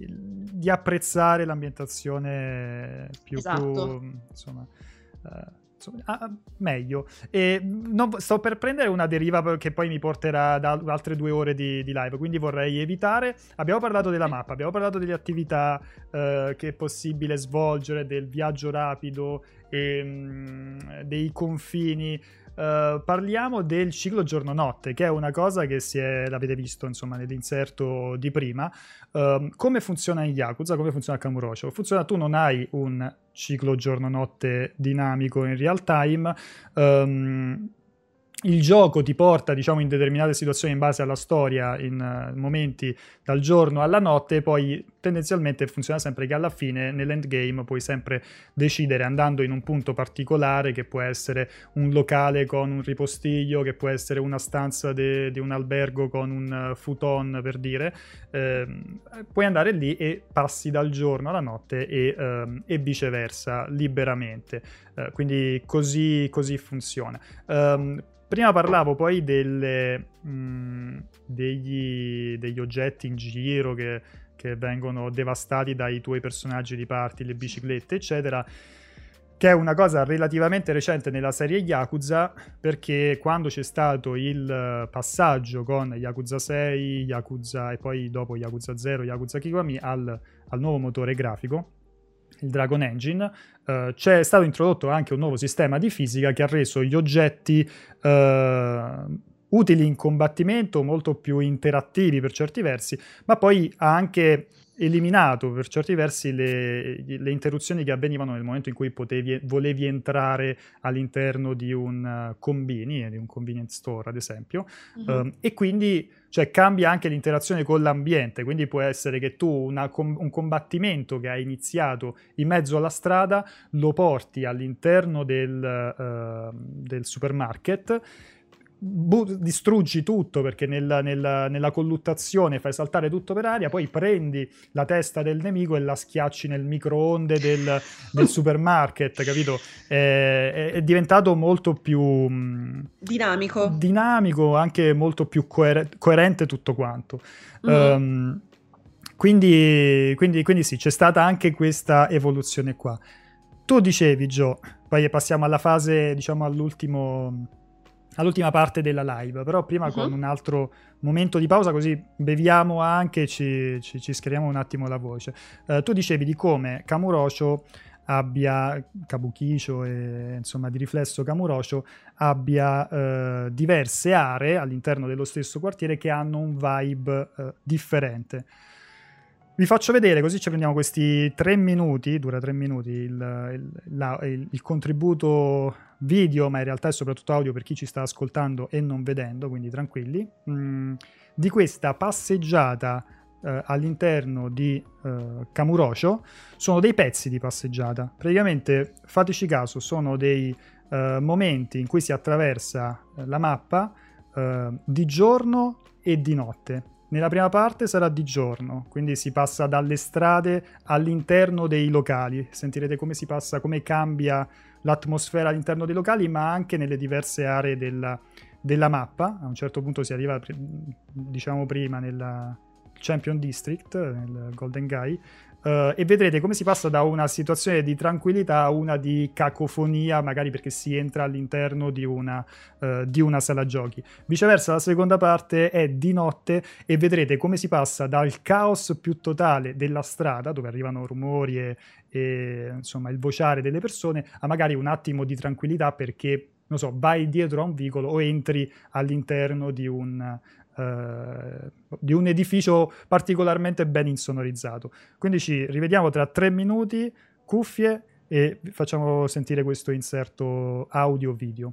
di apprezzare l'ambientazione più, Esatto. più insomma... Uh, Ah, meglio. E non, sto per prendere una deriva che poi mi porterà da altre due ore di, di live, quindi vorrei evitare. Abbiamo parlato della mappa, abbiamo parlato delle attività eh, che è possibile svolgere, del viaggio rapido e mh, dei confini. Uh, parliamo del ciclo giorno-notte, che è una cosa che si è, l'avete visto insomma nell'inserto di prima. Uh, come funziona in Yakuza, come funziona a Kamurocho? Funziona, tu non hai un ciclo giorno-notte dinamico in real time. Um, il gioco ti porta, diciamo, in determinate situazioni in base alla storia, in uh, momenti dal giorno alla notte, e poi tendenzialmente funziona sempre che alla fine, nell'endgame, puoi sempre decidere, andando in un punto particolare, che può essere un locale con un ripostiglio, che può essere una stanza di un albergo con un uh, futon, per dire, eh, puoi andare lì e passi dal giorno alla notte e, um, e viceversa, liberamente. Uh, quindi così, così funziona. Um, Prima parlavo poi delle, mh, degli, degli oggetti in giro che, che vengono devastati dai tuoi personaggi di party, le biciclette, eccetera, che è una cosa relativamente recente nella serie Yakuza, perché quando c'è stato il passaggio con Yakuza sei, Yakuza e poi dopo Yakuza zero, Yakuza Kiwami al, al nuovo motore grafico, il Dragon Engine, uh, c'è stato introdotto anche un nuovo sistema di fisica che ha reso gli oggetti uh, utili in combattimento, molto più interattivi per certi versi, ma poi ha anche eliminato per certi versi le, le interruzioni che avvenivano nel momento in cui potevi, volevi entrare all'interno di un uh, combini, di un convenience store ad esempio, uh-huh. um, e quindi cioè cambia anche l'interazione con l'ambiente, quindi può essere che tu una, un combattimento che hai iniziato in mezzo alla strada lo porti all'interno del, uh, del supermarket, Bu- distruggi tutto perché nella, nella, nella colluttazione fai saltare tutto per aria, poi prendi la testa del nemico e la schiacci nel microonde del, del supermarket, capito? È, è, è diventato molto più mh, dinamico dinamico, anche molto più coer- coerente tutto quanto. Mm-hmm. um, quindi, quindi, quindi sì, c'è stata anche questa evoluzione qua. Tu dicevi, Gio, poi passiamo alla fase, diciamo all'ultimo all'ultima parte della live, però prima uh-huh. con un altro momento di pausa, così beviamo anche e ci, ci, ci schiariamo un attimo la voce. Uh, tu dicevi di come Kamurocho abbia, Kabukicho e insomma di riflesso Kamurocho abbia uh, diverse aree all'interno dello stesso quartiere che hanno un vibe uh, differente. Vi faccio vedere, così ci prendiamo questi tre minuti, dura tre minuti il, il, la, il, il contributo video, ma in realtà è soprattutto audio per chi ci sta ascoltando e non vedendo, quindi tranquilli, mm, di questa passeggiata eh, all'interno di eh, Kamurocho. Sono dei pezzi di passeggiata, praticamente fateci caso, sono dei eh, momenti in cui si attraversa eh, la mappa eh, di giorno e di notte. Nella prima parte sarà di giorno, quindi si passa dalle strade all'interno dei locali. Sentirete come si passa, come cambia l'atmosfera all'interno dei locali, ma anche nelle diverse aree della, della mappa. A un certo punto si arriva, diciamo prima, nella Champion District, nel Golden Gai, uh, e vedrete come si passa da una situazione di tranquillità a una di cacofonia, magari perché si entra all'interno di una, uh, di una sala giochi. Viceversa, la seconda parte è di notte e vedrete come si passa dal caos più totale della strada, dove arrivano rumori e, e insomma il vociare delle persone, a magari un attimo di tranquillità perché, non so, vai dietro a un vicolo o entri all'interno di un... Uh, di un edificio particolarmente ben insonorizzato. Quindi ci rivediamo tra tre minuti, cuffie, e facciamo sentire questo inserto audio-video.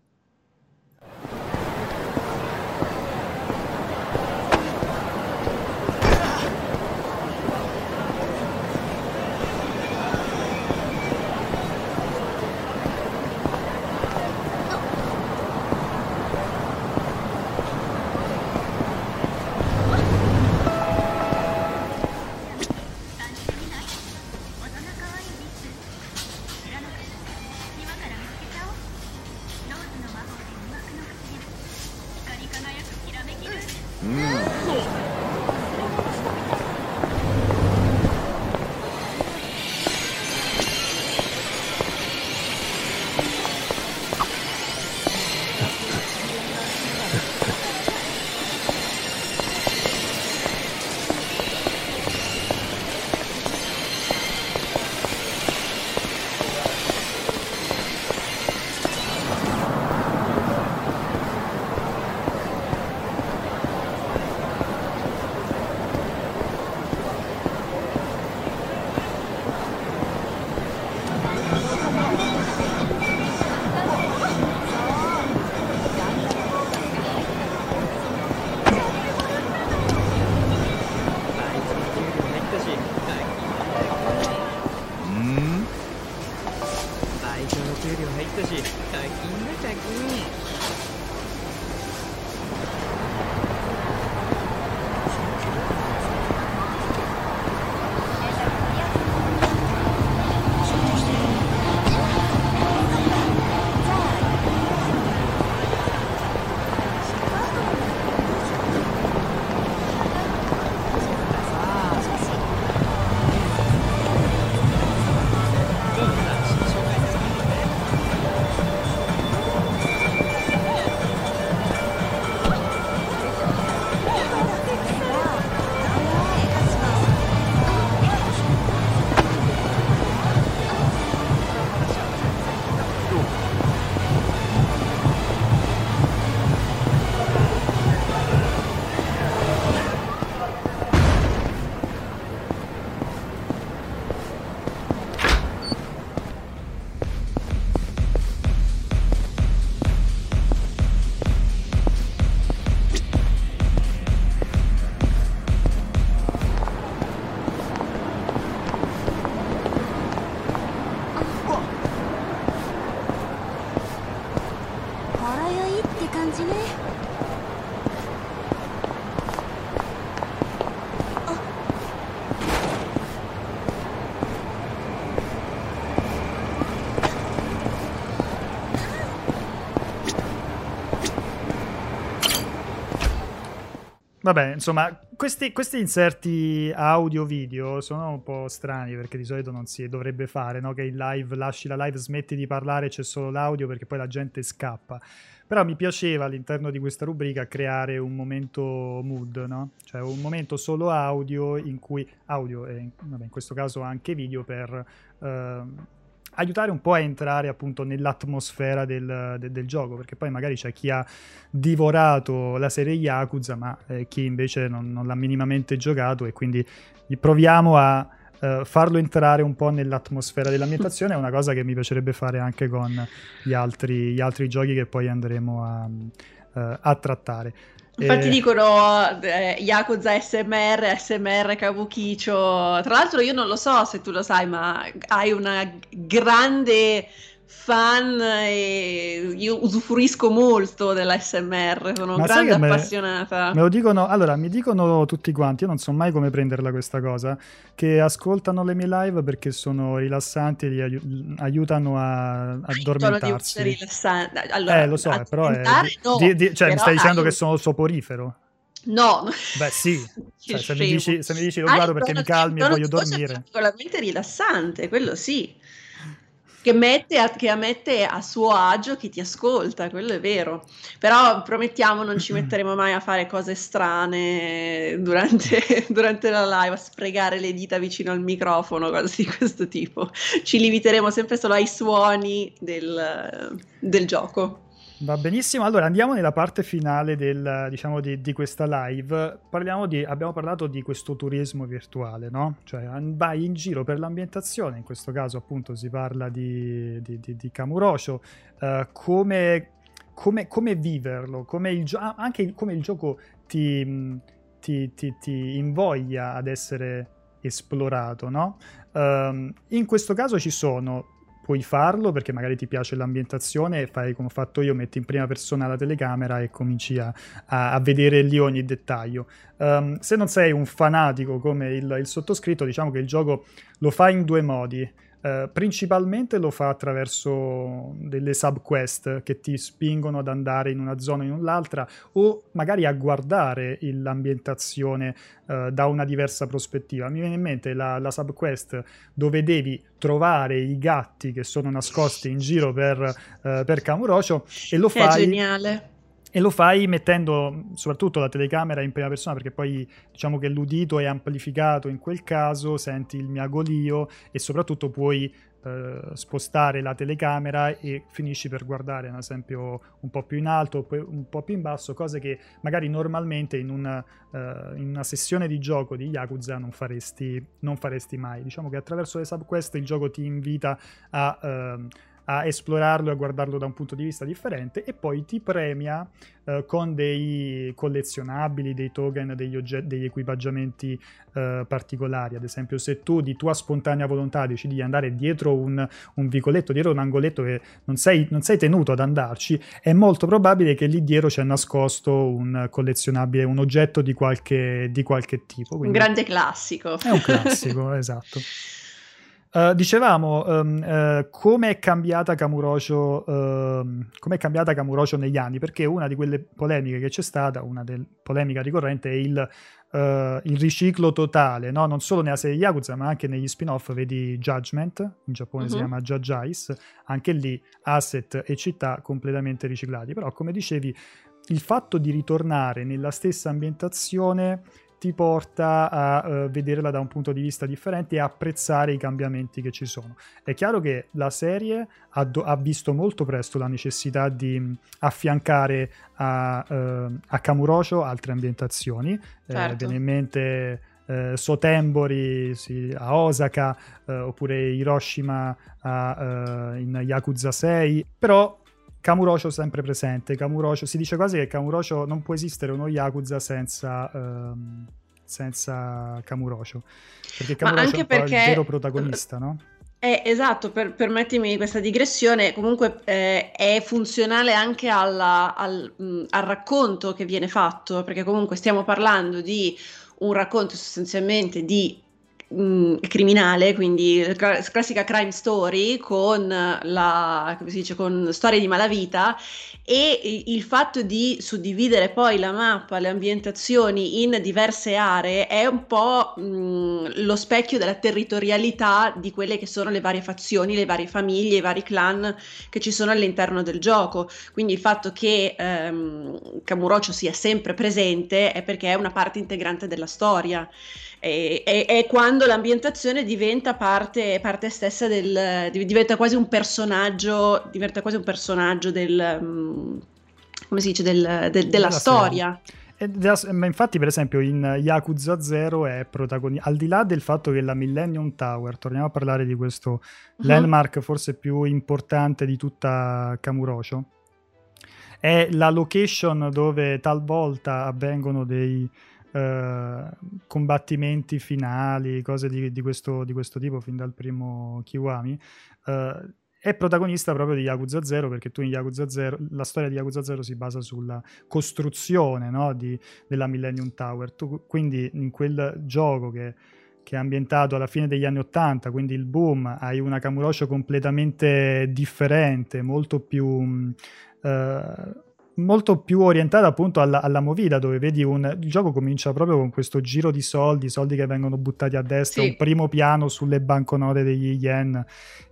'Vabbè, insomma, questi, questi inserti audio-video sono un po' strani perché di solito non si dovrebbe fare, no? Che in live lasci la live, smetti di parlare, c'è solo l'audio perché poi la gente scappa. Però mi piaceva all'interno di questa rubrica creare un momento mood, no? Cioè un momento solo audio in cui audio e vabbè, in questo caso anche video per eh, aiutare un po' a entrare appunto nell'atmosfera del, del, del gioco, perché poi magari c'è chi ha divorato la serie Yakuza ma eh, chi invece non, non l'ha minimamente giocato, e quindi proviamo a Uh, farlo entrare un po' nell'atmosfera dell'ambientazione. È una cosa che mi piacerebbe fare anche con gli altri, gli altri giochi che poi andremo a, uh, a trattare. Infatti e... dicono eh, Yakuza S M R, S M R Kabukicho. Tra l'altro io non lo so se tu lo sai, ma hai una grande fan e io usufruisco molto dell'A S M R, sono Ma sai grande che me, appassionata. me lo dicono, allora mi dicono tutti quanti, io non so mai come prenderla questa cosa, che ascoltano le mie live perché sono rilassanti e li aiu- aiutano a a Hai il tono di voce addormentarsi. rilassante. Eh, Allora, lo so, eh, però è addormentare di- di- no, di- cioè, mi però stai dicendo hai che un... sono soporifero? No, Beh, sì, che cioè, se mi scemo. dici, se mi dici lo Hai guardo il perché tono, mi hai un calmi e tono voglio di voce dormire. particolarmente rilassante, quello sì. Che mette a, che mette a suo agio chi ti ascolta, quello è vero. Però promettiamo non ci metteremo mai a fare cose strane durante, durante la live, a sprecare le dita vicino al microfono, cose di questo tipo. Ci limiteremo sempre solo ai suoni del, del gioco. Va benissimo, allora andiamo nella parte finale del, diciamo, di, di questa live. Parliamo di, abbiamo parlato di questo turismo virtuale, no? Cioè an- vai in giro per l'ambientazione, in questo caso appunto si parla di, di, di, di Kamurocho, eh, come, come, come viverlo, come il gio- ah, anche il- come il gioco ti, mh, ti, ti, ti invoglia ad essere esplorato, no? Ehm, in questo caso ci sono puoi farlo perché magari ti piace l'ambientazione e fai come ho fatto io, metti in prima persona la telecamera e cominci a, a, a vedere lì ogni dettaglio. Um, se non sei un fanatico come il, il sottoscritto, diciamo che il gioco lo fa in due modi. Uh, principalmente lo fa attraverso delle subquest che ti spingono ad andare in una zona o in un'altra o magari a guardare il, l'ambientazione uh, da una diversa prospettiva. Mi viene in mente la, la subquest dove devi trovare i gatti che sono nascosti in giro per, uh, per Kamurocho e lo È fai geniale. e lo fai mettendo soprattutto la telecamera in prima persona perché poi diciamo che l'udito è amplificato in quel caso, senti il miagolio e soprattutto puoi eh, spostare la telecamera e finisci per guardare ad esempio un po' più in alto, un po' più in basso, cose che magari normalmente in una, uh, in una sessione di gioco di Yakuza non faresti, non faresti mai. Diciamo che attraverso le subquest il gioco ti invita a... Uh, a esplorarlo e a guardarlo da un punto di vista differente e poi ti premia eh, con dei collezionabili, dei token, degli, oggetti, degli equipaggiamenti eh, particolari. Ad esempio se tu di tua spontanea volontà decidi di andare dietro un, un vicoletto, dietro un angoletto che non sei, non sei tenuto ad andarci, è molto probabile che lì dietro c'è nascosto un collezionabile, un oggetto di qualche, di qualche tipo. Un Quindi grande classico. è un classico, esatto. Uh, dicevamo um, uh, come è cambiata Kamurocho uh, come è cambiata Kamurocho negli anni, perché una di quelle polemiche che c'è stata, una delle polemiche ricorrente è il, uh, il riciclo totale, no? Non solo nella serie Yakuza ma anche negli spin-off, vedi Judgment, in Giappone uh-huh. si chiama Judge-Ice, anche lì asset e città completamente riciclati, però come dicevi il fatto di ritornare nella stessa ambientazione ti porta a uh, vederla da un punto di vista differente e apprezzare i cambiamenti che ci sono. È chiaro che la serie ha, do- ha visto molto presto la necessità di mh, affiancare a, uh, a Kamurocho altre ambientazioni. Certo. Eh, viene in mente eh, Sotembori sì, a Osaka eh, oppure Hiroshima a, uh, in Yakuza sei, però Kamurocho sempre presente. Kamurocho, si dice quasi che Kamurocho non può esistere uno Yakuza senza, um, senza Kamurocho, perché Kamurocho è un po' perché, il vero protagonista, no? Eh, esatto, per, permettimi questa digressione, comunque eh, è funzionale anche alla- al, mh, al racconto che viene fatto, perché comunque stiamo parlando di un racconto sostanzialmente di mh, criminale, quindi cla- classica crime story con la, come si dice, con storie di malavita e i- il fatto di suddividere poi la mappa, le ambientazioni in diverse aree è un po' mh, lo specchio della territorialità di quelle che sono le varie fazioni, le varie famiglie, i vari clan che ci sono all'interno del gioco. Quindi il fatto che ehm, Kamurocho sia sempre presente è perché è una parte integrante della storia. È, è, è quando l'ambientazione diventa parte, parte stessa del, diventa quasi un personaggio, diventa quasi un personaggio del, um, come si dice, del, del, della, della storia. E, ma infatti per esempio in Yakuza zero è protagonista, al di là del fatto che la Millennium Tower, torniamo a parlare di questo uh-huh. landmark forse più importante di tutta Kamurocho, è la location dove talvolta avvengono dei Uh, combattimenti finali, cose di, di, questo, di questo tipo fin dal primo Kiwami, uh, è protagonista proprio di Yakuza Zero, perché tu in Yakuza Zero, la storia di Yakuza Zero si basa sulla costruzione, no, di, della Millennium Tower. Tu, quindi in quel gioco che, che è ambientato alla fine degli anni Ottanta, quindi il boom, hai una Kamurocho completamente differente, molto più... Uh, molto più orientata appunto alla, alla movida, dove vedi un il gioco comincia proprio con questo giro di soldi soldi che vengono buttati a destra, sì. Un primo piano sulle banconote degli yen,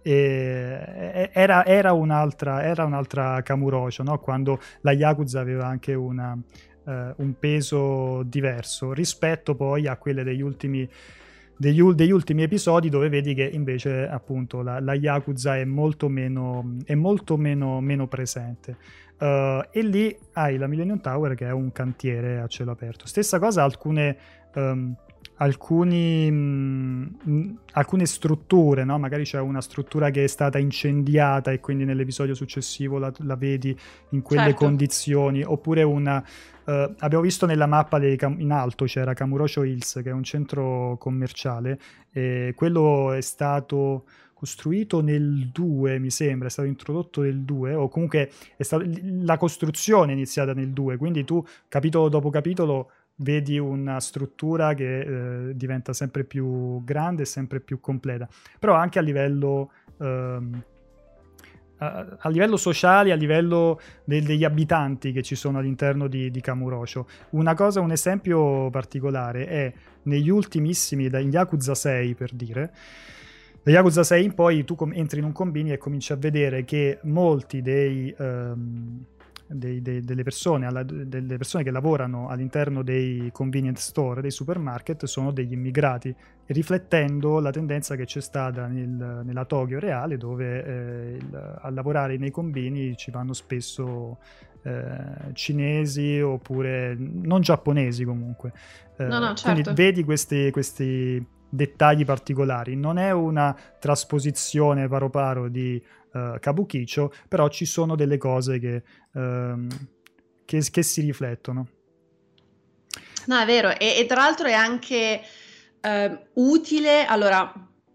e era, era un'altra era un'altra Kamurocho, no? Quando la Yakuza aveva anche una, uh, un peso diverso rispetto poi a quelle degli ultimi Degli, degli ultimi episodi, dove vedi che invece appunto la, la Yakuza è molto meno è molto meno, meno presente, uh, e lì hai la Millennium Tower che è un cantiere a cielo aperto. Stessa cosa alcune um, alcuni mh, alcune strutture, no? Magari c'è una struttura che è stata incendiata e quindi nell'episodio successivo la, la vedi in quelle certo. condizioni, oppure una Uh, abbiamo visto nella mappa dei Cam- in alto c'era Kamurocho Hills, che è un centro commerciale, e quello è stato costruito nel due, mi sembra, è stato introdotto nel due, o comunque è stato, la costruzione è iniziata nel due, quindi tu capitolo dopo capitolo vedi una struttura che eh, diventa sempre più grande e sempre più completa, però anche a livello um, a livello sociale, a livello de- degli abitanti che ci sono all'interno di, di Kamurocho. Una cosa, un esempio particolare è negli ultimissimi, da Yakuza sei per dire, da Yakuza sei in poi tu com- entri in un combini e cominci a vedere che molti dei... Um, Dei, dei, delle, persone alla, delle persone che lavorano all'interno dei convenience store, dei supermarket, sono degli immigrati, riflettendo la tendenza che c'è stata nel, nella Tokyo reale, dove eh, il, a lavorare nei combini ci vanno spesso eh, cinesi oppure non giapponesi comunque. Eh, no, no, certo. Quindi vedi questi, questi dettagli particolari. Non è una trasposizione paro paro di Uh, Kabukicho, però ci sono delle cose che, uh, che, che si riflettono. No, è vero, e, e tra l'altro è anche uh, utile, allora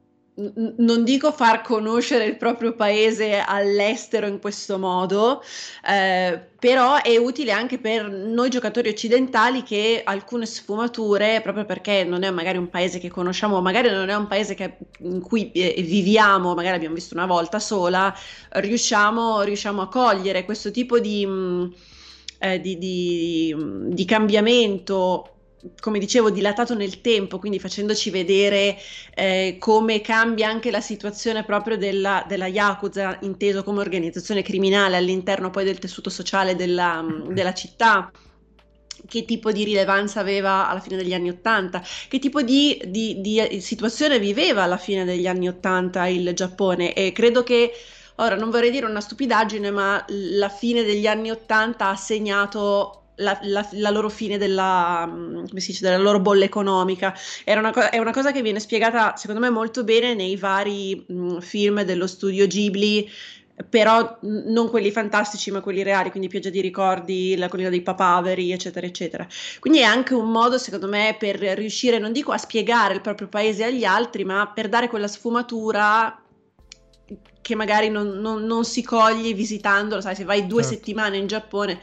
n- non dico far conoscere il proprio paese all'estero in questo modo, eh, però è utile anche per noi giocatori occidentali, che alcune sfumature, proprio perché non è magari un paese che conosciamo, magari non è un paese che, in cui eh, viviamo, magari abbiamo visto una volta sola, riusciamo, riusciamo a cogliere questo tipo di, mh, eh, di, di, di cambiamento, come dicevo, dilatato nel tempo, quindi facendoci vedere eh, come cambia anche la situazione proprio della, della Yakuza, inteso come organizzazione criminale all'interno poi del tessuto sociale della, della città, che tipo di rilevanza aveva alla fine degli anni Ottanta, che tipo di, di, di situazione viveva alla fine degli anni Ottanta il Giappone. E credo che, ora non vorrei dire una stupidaggine, ma la fine degli anni Ottanta ha segnato La, la, la loro fine della, come si dice, della loro bolla economica. Era una co- è una cosa che viene spiegata secondo me molto bene nei vari mh, film dello studio Ghibli, però mh, non quelli fantastici ma quelli reali, quindi Pioggia di ricordi, La collina dei papaveri, eccetera eccetera. Quindi è anche un modo secondo me per riuscire, non dico a spiegare il proprio paese agli altri, ma per dare quella sfumatura che magari non, non, non si coglie visitandolo. Sai, se vai due certo. settimane in Giappone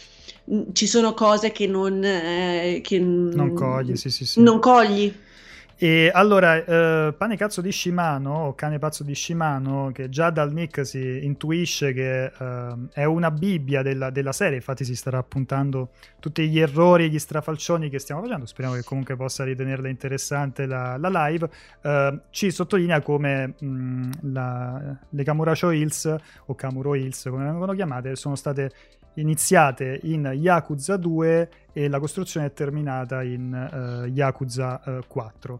ci sono cose che non eh, che non cogli, sì, sì, sì. non cogli. E allora eh, Pane Cazzo di Shimano, o Cane Pazzo di Shimano, che già dal nick si intuisce che eh, è una bibbia della, della serie, infatti si starà appuntando tutti gli errori e gli strafalcioni che stiamo facendo, speriamo che comunque possa ritenerla interessante la, la live, eh, ci sottolinea come mh, la, le Kamurocho Hills, o Kamuro Hills come vengono chiamate, sono state iniziate in Yakuza due e la costruzione è terminata in uh, Yakuza uh, quattro.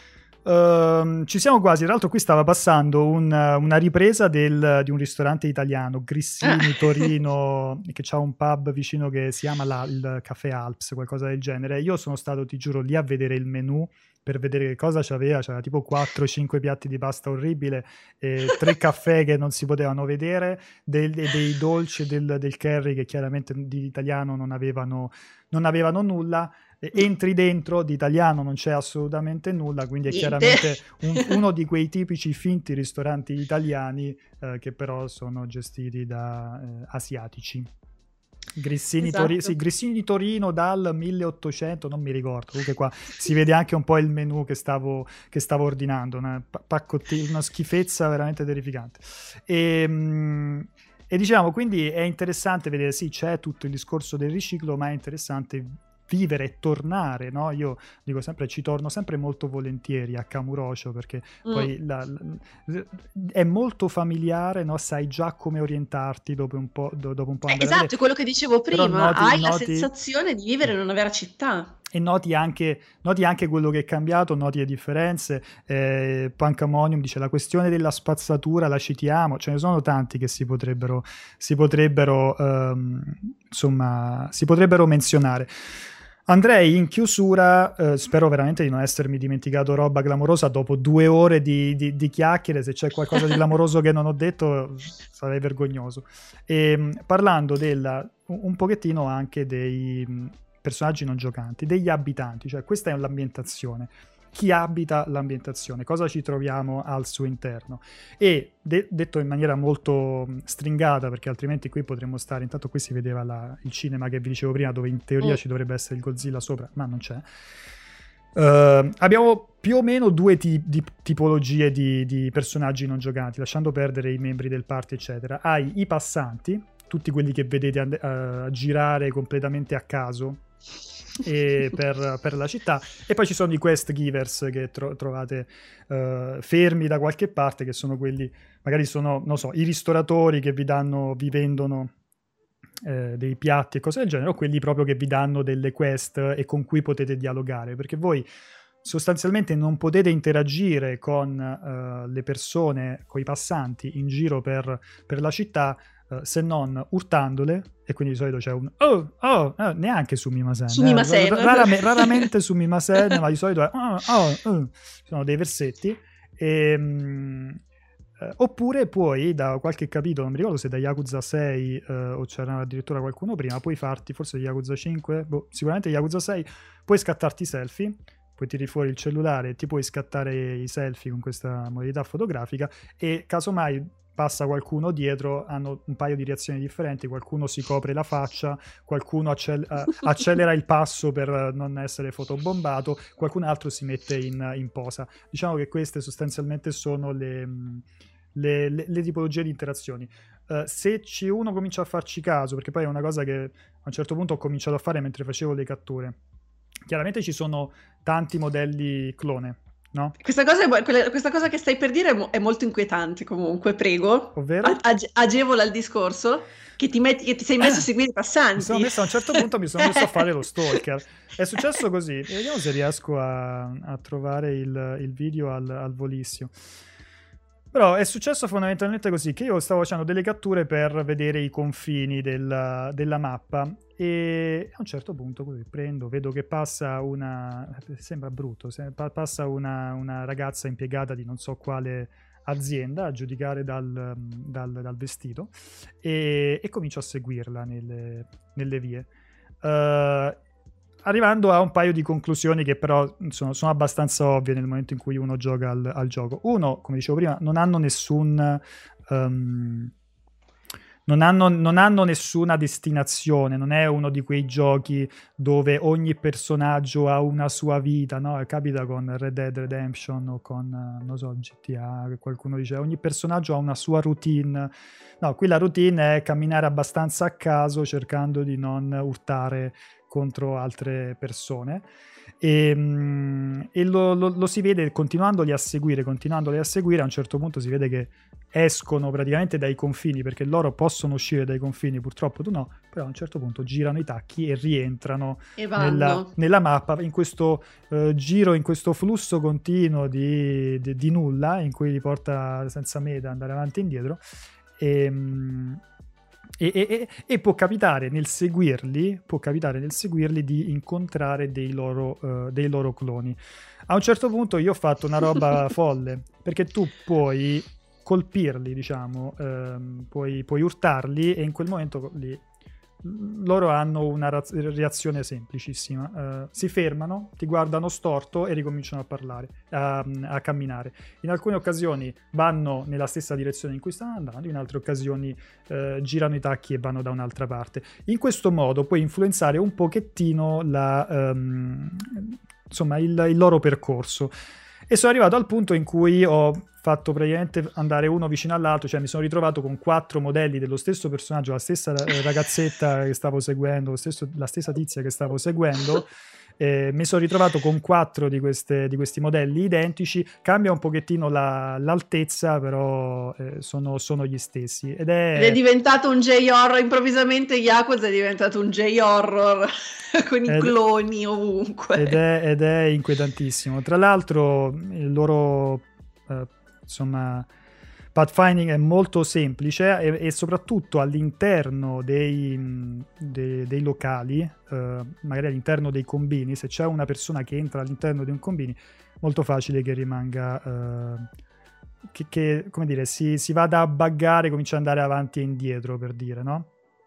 Uh, ci siamo quasi. Tra l'altro qui stava passando un, una ripresa del, di un ristorante italiano, Grissini Torino, che c'ha un pub vicino che si chiama la, il Café Alps, qualcosa del genere. Io sono stato, ti giuro, lì a vedere il menù per vedere che cosa c'aveva. C'era tipo quattro cinque piatti di pasta orribile, e tre caffè che non si potevano vedere, dei, dei dolci del, del curry che chiaramente di italiano non avevano, non avevano nulla. entri dentro, di italiano non c'è assolutamente nulla, quindi è Niente. chiaramente un, uno di quei tipici finti ristoranti italiani eh, che però sono gestiti da eh, asiatici. Grissini, Esatto. Tori- sì, Grissini di Torino dal milleottocento, non mi ricordo, comunque qua si vede anche un po' il menù che stavo, che stavo ordinando, una, paccotti- una schifezza veramente terrificante. E, mh, e diciamo, quindi è interessante vedere, sì, c'è tutto il discorso del riciclo, ma è interessante vivere e tornare, no? Io dico sempre, ci torno sempre molto volentieri a Kamurocho, perché Mm. poi la, la, è molto familiare, no? Sai già come orientarti dopo un po', do, dopo un po' Eh, andare a esatto, vedere. è quello che dicevo Però prima, noti- hai la noti- sensazione di vivere in una vera città. e noti anche, noti anche quello che è cambiato, noti le differenze. eh, Pancamonium dice la questione della spazzatura la citiamo, ce ne sono tanti che si potrebbero si potrebbero ehm, insomma si potrebbero menzionare. Andrei in chiusura, eh, spero veramente di non essermi dimenticato roba clamorosa dopo due ore di, di, di chiacchiere. Se c'è qualcosa di clamoroso che non ho detto sarei vergognoso. E, parlando della, un pochettino anche dei personaggi non giocanti, degli abitanti, cioè questa è l'ambientazione. Chi abita l'ambientazione, cosa ci troviamo al suo interno. E de- detto in maniera molto stringata, perché altrimenti qui potremmo stare, intanto qui si vedeva la, il cinema che vi dicevo prima, dove in teoria mm. ci dovrebbe essere il Godzilla sopra, ma non c'è. Uh, abbiamo più o meno due ti- di tipologie di, di personaggi non giocanti, lasciando perdere i membri del party eccetera. Hai i passanti, tutti quelli che vedete a, a girare completamente a caso e per, per la città, e poi ci sono i quest givers che tro- trovate uh, fermi da qualche parte, che sono quelli, magari sono, non so, i ristoratori che vi danno, vi vendono eh, dei piatti e cose del genere, o quelli proprio che vi danno delle quest e con cui potete dialogare, perché voi sostanzialmente non potete interagire con uh, le persone, con i passanti in giro per, per la città, se non urtandole, e quindi di solito c'è un oh, oh, eh, neanche Sumimasen, Sumimasen. eh, raramente, raramente Sumimasen, ma di solito è oh, oh, oh. Sono dei versetti e, mh, eh, oppure puoi, da qualche capitolo, non mi ricordo se da Yakuza sei eh, o c'era addirittura qualcuno prima, puoi farti, forse Yakuza cinque, boh, sicuramente Yakuza sei, puoi scattarti selfie, poi tiri fuori il cellulare, ti puoi scattare i selfie con questa modalità fotografica, e casomai passa qualcuno dietro, hanno un paio di reazioni differenti, qualcuno si copre la faccia, qualcuno accel- accelera il passo per non essere fotobombato, qualcun altro si mette in, in posa. Diciamo che queste sostanzialmente sono le, le, le, le tipologie di interazioni. Uh, se C uno comincia a farci caso, perché poi è una cosa che a un certo punto ho cominciato a fare mentre facevo le catture, chiaramente ci sono tanti modelli clone, no? Questa cosa, è, questa cosa che stai per dire è, mo- è molto inquietante comunque, prego. Ovvero? Ag- agevola il discorso, che ti, metti, che ti sei messo a seguire i passanti. Mi sono messo, a un certo punto mi sono messo a fare lo stalker. È successo così, e vediamo se riesco a, a trovare il, il video al, al volissimo. Però è successo fondamentalmente così, che io stavo facendo delle catture per vedere i confini della, della mappa, e a un certo punto così prendo, vedo che passa una, sembra brutto, passa una, una ragazza impiegata di non so quale azienda, a giudicare dal, dal, dal vestito, e, e comincio a seguirla nelle, nelle vie. Uh, arrivando a un paio di conclusioni che però sono, sono abbastanza ovvie nel momento in cui uno gioca al, al gioco. Uno, come dicevo prima, non hanno nessun um, non hanno, non hanno nessuna destinazione, non è uno di quei giochi dove ogni personaggio ha una sua vita, no? Capita con Red Dead Redemption o con, non so, G T A, che qualcuno dice ogni personaggio ha una sua routine. No, qui la routine è camminare abbastanza a caso, cercando di non urtare contro altre persone, e, e lo, lo, lo si vede continuandoli a seguire continuandoli a seguire a un certo punto si vede che escono praticamente dai confini, perché loro possono uscire dai confini, purtroppo tu no, però a un certo punto girano i tacchi e rientrano e nella, nella mappa, in questo uh, giro, in questo flusso continuo di, di, di nulla, in cui li porta senza meta andare avanti e indietro. E, E, e, e può capitare nel seguirli può capitare nel seguirli di incontrare dei loro, uh, dei loro cloni. A un certo punto io ho fatto una roba folle, perché tu puoi colpirli, diciamo, um, puoi, puoi urtarli, e in quel momento li loro hanno una raz- reazione semplicissima, uh, si fermano, ti guardano storto e ricominciano a parlare, a, a camminare. In alcune occasioni vanno nella stessa direzione in cui stanno andando, in altre occasioni uh, girano i tacchi e vanno da un'altra parte. In questo modo puoi influenzare un pochettino la, um, insomma, il, il loro percorso. E sono arrivato al punto in cui ho fatto praticamente andare uno vicino all'altro, cioè mi sono ritrovato con quattro modelli dello stesso personaggio, la stessa ragazzetta che stavo seguendo, lo stesso, la stessa tizia che stavo seguendo. Eh, mi sono ritrovato con quattro di, queste, di questi modelli identici. Cambia un pochettino la, l'altezza, però eh, sono, sono gli stessi. Ed è... Ed è diventato un J-horror, improvvisamente Yakuza è diventato un J-horror con i ed, cloni ovunque. Ed è, ed è inquietantissimo. Tra l'altro il loro eh, insomma pathfinding è molto semplice e, e soprattutto all'interno dei, dei, dei locali, eh, magari all'interno dei combini, se c'è una persona che entra all'interno di un combini, molto facile che rimanga eh, che, che come dire si, si vada a buggare, comincia ad andare avanti e indietro, per dire, no?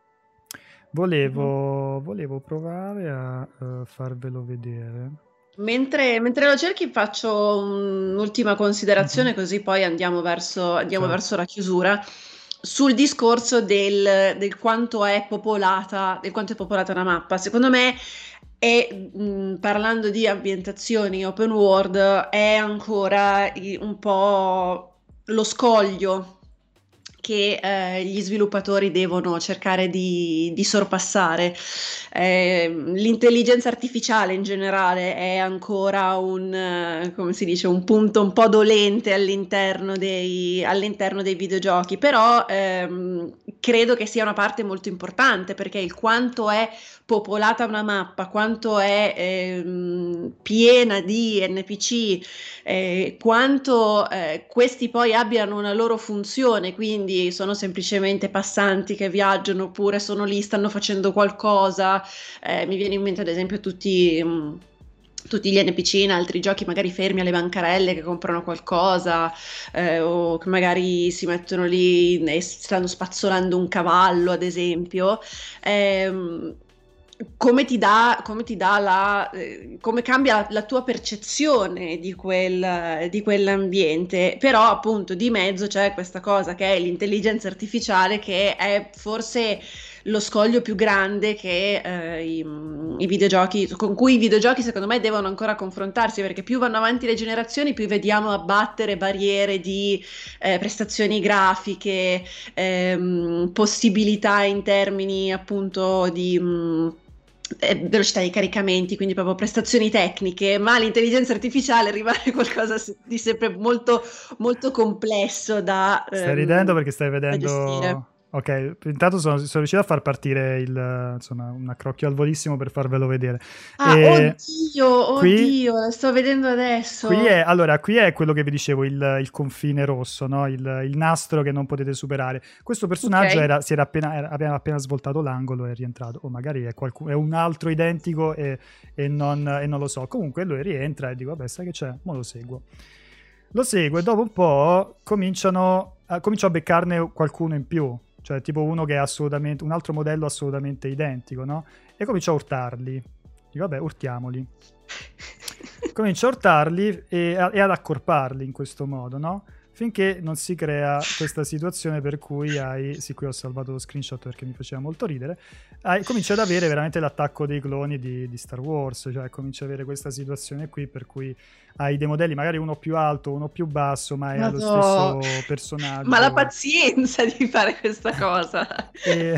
Volevo, mm-hmm. volevo provare a uh, farvelo vedere. Mentre, mentre lo cerchi faccio un'ultima considerazione, mm-hmm. così poi andiamo verso, andiamo certo. verso la chiusura, sul discorso del, del quanto è popolata, del quanto è popolata una mappa. Secondo me è, mh, parlando di ambientazioni open world, è ancora un po' lo scoglio che eh, gli sviluppatori devono cercare di, di sorpassare. Eh, l'intelligenza artificiale in generale è ancora un, eh, come si dice, un punto un po' dolente all'interno dei, all'interno dei videogiochi, però ehm, credo che sia una parte molto importante, perché il quanto è popolata una mappa, quanto è ehm, piena di N P C, eh, quanto eh, questi poi abbiano una loro funzione, quindi sono semplicemente passanti che viaggiano oppure sono lì, stanno facendo qualcosa. Eh, mi viene in mente ad esempio tutti, mh, tutti gli N P C in altri giochi magari fermi alle bancarelle che comprano qualcosa, eh, o che magari si mettono lì e stanno spazzolando un cavallo ad esempio. Eh, come ti dà, come ti dà la, eh, come cambia la tua percezione di quel, di quell'ambiente, però appunto di mezzo c'è questa cosa che è l'intelligenza artificiale, che è forse lo scoglio più grande che eh, i, i videogiochi, con cui i videogiochi secondo me devono ancora confrontarsi, perché più vanno avanti le generazioni più vediamo abbattere barriere di eh, prestazioni grafiche, ehm, possibilità in termini appunto di mh, velocità di caricamenti, quindi proprio prestazioni tecniche, ma l'intelligenza artificiale rimane qualcosa di sempre molto, molto complesso da stai ehm, ridendo perché stai vedendo gestire. Ok, intanto sono, sono riuscito a far partire il, insomma, un accrocchio al volissimo per farvelo vedere. Ah, e oddio, qui, oddio, la sto vedendo adesso. Qui è, allora, qui è quello che vi dicevo, il, il confine rosso, no? il, il nastro che non potete superare. Questo personaggio Okay. era, si era appena, era, aveva appena svoltato l'angolo e è rientrato, o magari è, qualcuno, è un altro identico e, e, non, e non lo so. Comunque lui rientra e dico, vabbè, sai che c'è? Mo lo seguo. Lo seguo e dopo un po' cominciano a, comincio a beccarne qualcuno in più. Cioè tipo uno che è assolutamente, un altro modello assolutamente identico, no? E comincio a urtarli. Dico, vabbè, urtiamoli. Comincio a urtarli e, a, e ad accorparli in questo modo, no? Finché non si crea questa situazione per cui hai, sì, qui ho salvato lo screenshot perché mi faceva molto ridere, hai, cominci ad avere veramente l'attacco dei cloni di, di Star Wars, cioè cominci ad avere questa situazione qui per cui hai dei modelli, magari uno più alto, uno più basso, ma è Madò. lo stesso personaggio. Ma la pazienza di fare questa cosa. e,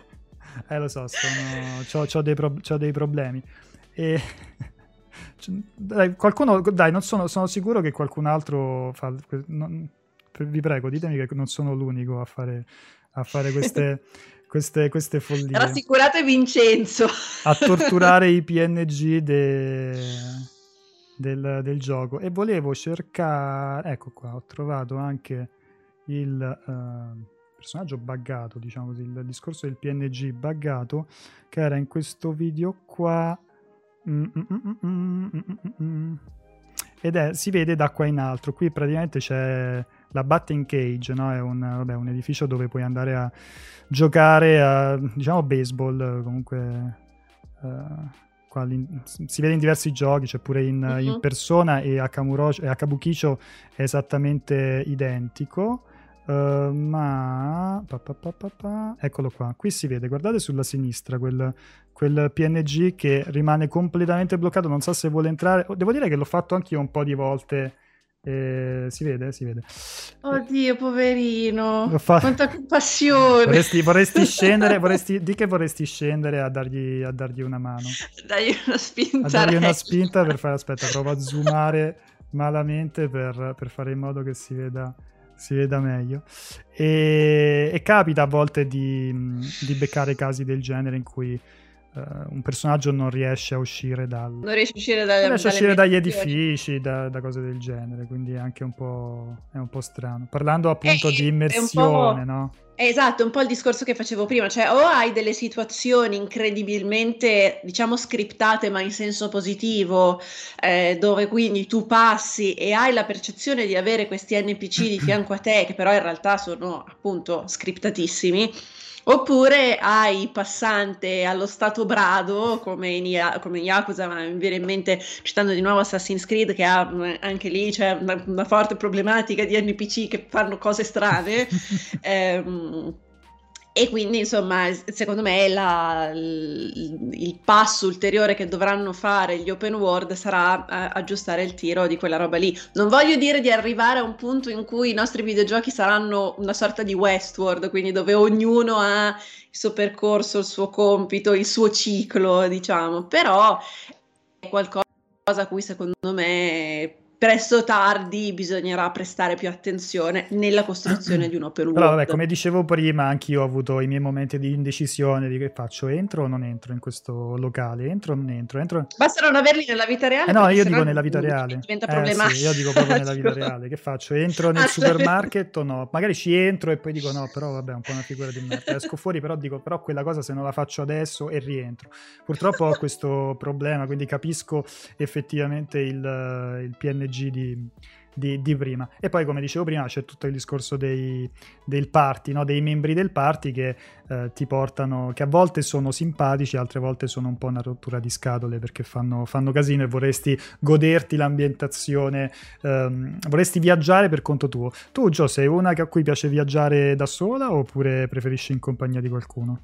eh lo so, sono, c'ho, c'ho, dei pro, c'ho dei problemi. E... Dai, qualcuno, dai, non sono, sono sicuro che qualcun altro fa. Non, vi prego, ditemi che non sono l'unico a fare, a fare queste, queste, queste follie. Rassicurate Vincenzo. A torturare i P N G de, del, del gioco. E volevo cercare. Ecco qua, ho trovato anche il uh, personaggio buggato, diciamo così, il discorso del P N G buggato, che era in questo video qua. Mm, mm, mm, mm, mm, mm, mm. ed è, si vede da qua in alto. Qui praticamente c'è la batting cage, no? È un, vabbè, un edificio dove puoi andare a giocare a, diciamo, baseball, comunque uh, qua si vede in diversi giochi, c'è pure in, uh-huh. in persona, e a, Kamuro, e a Kabukicho è esattamente identico. Uh, ma pa, pa, pa, pa, pa. Eccolo qua, qui si vede, guardate sulla sinistra quel, quel P N G che rimane completamente bloccato, non so se vuole entrare. Devo dire che l'ho fatto anche io un po' di volte. Eh, si vede, si vede. Oddio, poverino, fa... quanta compassione. Vorresti, vorresti scendere, vorresti, di che vorresti scendere a dargli, a dargli una mano? Dagli una spinta. A dargli una spinta per fare, aspetta, provo a zoomare malamente per, per fare in modo che si veda, si veda meglio. E, e capita a volte di, di beccare casi del genere in cui Uh, un personaggio non riesce a uscire dal non riesce a uscire, da, non riesce a uscire dagli edifici, da, da cose del genere, quindi è anche un po', è un po' strano, parlando appunto è, di immersione, no? Esatto, è un po' il discorso che facevo prima, cioè o hai delle situazioni incredibilmente, diciamo, scriptate ma in senso positivo, eh, dove quindi tu passi e hai la percezione di avere questi N P C di fianco a te, che però in realtà sono appunto scriptatissimi. Oppure hai passante allo stato brado, come in, Ya- come in Yakuza, ma mi viene in mente, citando di nuovo Assassin's Creed, che ha anche lì c'è una, una forte problematica di N P C che fanno cose strane. ehm, E quindi, insomma, secondo me la, il, il passo ulteriore che dovranno fare gli open world sarà uh, aggiustare il tiro di quella roba lì. Non voglio dire di arrivare a un punto in cui i nostri videogiochi saranno una sorta di Westworld, quindi dove ognuno ha il suo percorso, il suo compito, il suo ciclo, diciamo, però è qualcosa a cui secondo me presto o tardi bisognerà prestare più attenzione nella costruzione di un open world. Però vabbè, come dicevo prima, anch'io ho avuto i miei momenti di indecisione di che faccio, entro o non entro in questo locale, entro o non entro, entro... Basta non averli nella vita reale. Eh no, io dico nella vita reale. Diventa eh, problematico. Sì, io dico proprio nella vita reale. Che faccio? Entro nel supermarket o no? Magari ci entro e poi dico no, però vabbè, è un po' una figura di merda. Esco fuori, però dico, però quella cosa se non la faccio adesso e rientro. Purtroppo ho questo problema, quindi capisco effettivamente il, il P N G di... Di, di prima. E poi, come dicevo prima, c'è tutto il discorso dei, del party, no? Dei membri del party che eh, ti portano, che a volte sono simpatici, altre volte sono un po' una rottura di scatole perché fanno, fanno casino e vorresti goderti l'ambientazione, ehm, vorresti viaggiare per conto tuo. Tu, Gio, sei una a cui piace viaggiare da sola oppure preferisci in compagnia di qualcuno?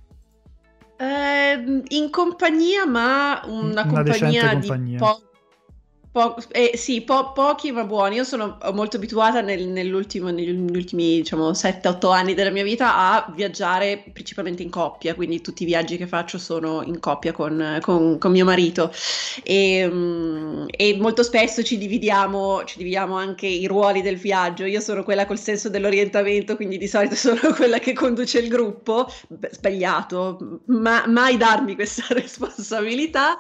Eh, in compagnia, ma una, una compagnia, compagnia di po- Po- eh, sì, po- pochi ma buoni. Io sono molto abituata nel- nell'ultimo, negli ultimi, diciamo, sette otto anni della mia vita a viaggiare principalmente in coppia, quindi tutti i viaggi che faccio sono in coppia con, con- con mio marito e, mm, e molto spesso ci dividiamo, ci dividiamo anche i ruoli del viaggio. Io sono quella col senso dell'orientamento, quindi di solito sono quella che conduce il gruppo. Beh, sbagliato, ma mai darmi questa responsabilità.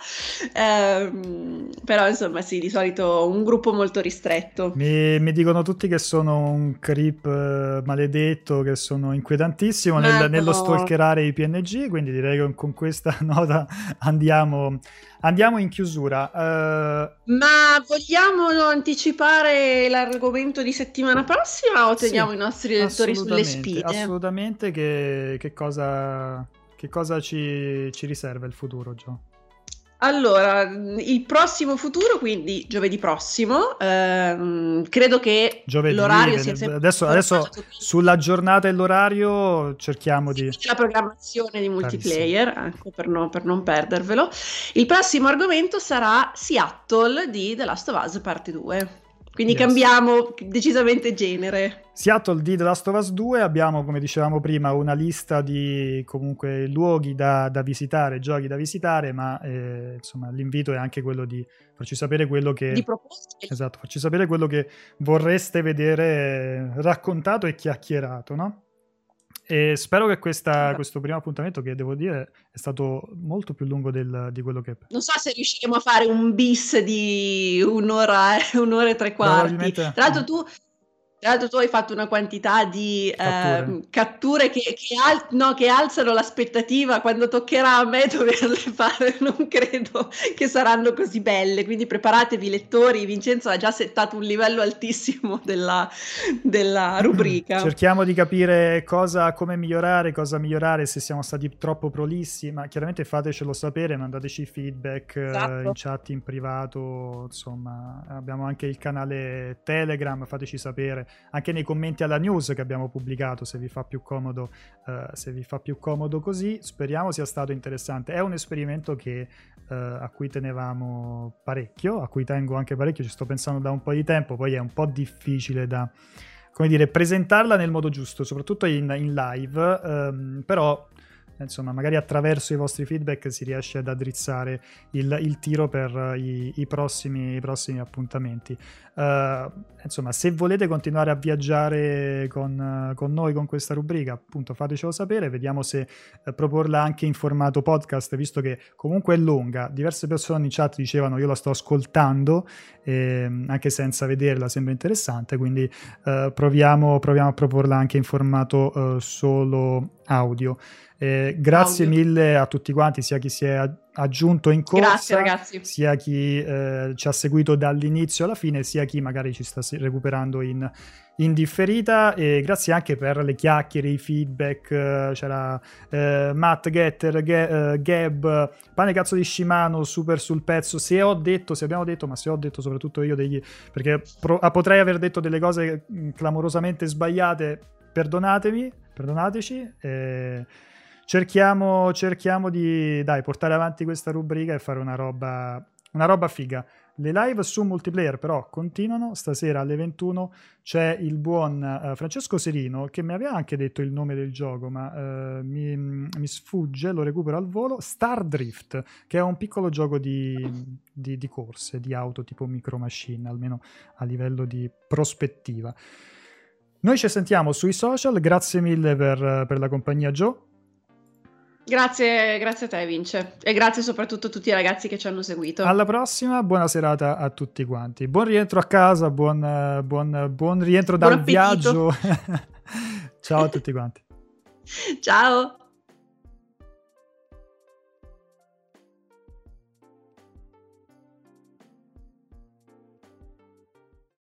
Ehm, però insomma sì, di solito un gruppo molto ristretto. Mi, mi dicono tutti che sono un creep eh, maledetto, che sono inquietantissimo nel, no. nello stalkerare i P N G, quindi direi che con questa nota andiamo, andiamo in chiusura. Uh, Ma vogliamo anticipare l'argomento di settimana prossima o teniamo sì, i nostri lettori sulle spine? Assolutamente, che, che cosa, che cosa ci, ci riserva il futuro, Gio? Allora, il prossimo futuro, quindi giovedì prossimo, ehm, credo che giovedì, l'orario vede, sia sempre adesso, adesso sulla giornata e l'orario cerchiamo di... la programmazione di multiplayer, ecco, per, no, per non perdervelo. Il prossimo argomento sarà Seattle di The Last of Us parte due. Quindi yes. Cambiamo decisamente genere. Seattle di The Last of Us due, abbiamo, come dicevamo prima, una lista di comunque luoghi da, da visitare, giochi da visitare, ma eh, insomma l'invito è anche quello di farci sapere quello che... Di proposte. Esatto, farci sapere quello che vorreste vedere raccontato e chiacchierato, no? E spero che questa, questo primo appuntamento, che devo dire è stato molto più lungo del, di quello che... Non so se riusciremo a fare un bis di un'ora, un'ora e tre quarti. Tra l'altro tu... Tra l'altro tu hai fatto una quantità di Catture. eh, catture che, che, al- no, che alzano l'aspettativa. Quando toccherà a me doverle fare, non credo che saranno così belle, quindi preparatevi lettori. Vincenzo ha già settato un livello altissimo della, della rubrica. Cerchiamo di capire cosa, come migliorare, cosa migliorare, se siamo stati troppo prolissi, ma chiaramente fatecelo sapere, mandateci feedback, Esatto. eh, in chat, in privato, insomma abbiamo anche il canale Telegram, fateci sapere, anche nei commenti alla news che abbiamo pubblicato, se vi fa più comodo, eh, se vi fa più comodo così. Speriamo sia stato interessante. È un esperimento che, eh, a cui tenevamo parecchio, a cui tengo anche parecchio, ci sto pensando da un po' di tempo, poi è un po' difficile da, come dire, presentarla nel modo giusto, soprattutto in, in live, ehm, però insomma magari attraverso i vostri feedback si riesce ad addrizzare il, il tiro per i, i, prossimi, i prossimi appuntamenti. Uh, insomma, se volete continuare a viaggiare con, con noi con questa rubrica, appunto fatecelo sapere, vediamo se eh, proporla anche in formato podcast, visto che comunque è lunga. Diverse persone in chat dicevano io la sto ascoltando, eh, anche senza vederla, sembra interessante, quindi uh, proviamo, proviamo a proporla anche in formato uh, solo audio. Eh, grazie Audio. mille a tutti quanti, sia chi si è aggiunto in corsa, grazie ragazzi, sia chi eh, ci ha seguito dall'inizio alla fine, sia chi magari ci sta recuperando in, in differita, e grazie anche per le chiacchiere, i feedback. C'era eh, Matt, Getter, Ge- uh, Gab, pane cazzo di Shimano, super sul pezzo. Se ho detto, se abbiamo detto, ma se ho detto soprattutto io degli, perché pro- potrei aver detto delle cose clamorosamente sbagliate, perdonatemi, perdonateci. Eh, Cerchiamo, cerchiamo di dai, portare avanti questa rubrica e fare una roba, una roba figa. Le live su multiplayer però continuano. Stasera alle ventuno c'è il buon uh, Francesco Serino, che mi aveva anche detto il nome del gioco, ma uh, mi, mi sfugge, lo recupero al volo. Star Drift, che è un piccolo gioco di, di, di corse, di auto tipo Micro Machine, almeno a livello di prospettiva. Noi ci sentiamo sui social, grazie mille per, per la compagnia, Gio. Grazie, grazie a te Vince, e grazie soprattutto a tutti i ragazzi che ci hanno seguito. Alla prossima, buona serata a tutti quanti, buon rientro a casa, buon, buon, buon rientro dal buon appetito. viaggio. Ciao a tutti quanti. Ciao.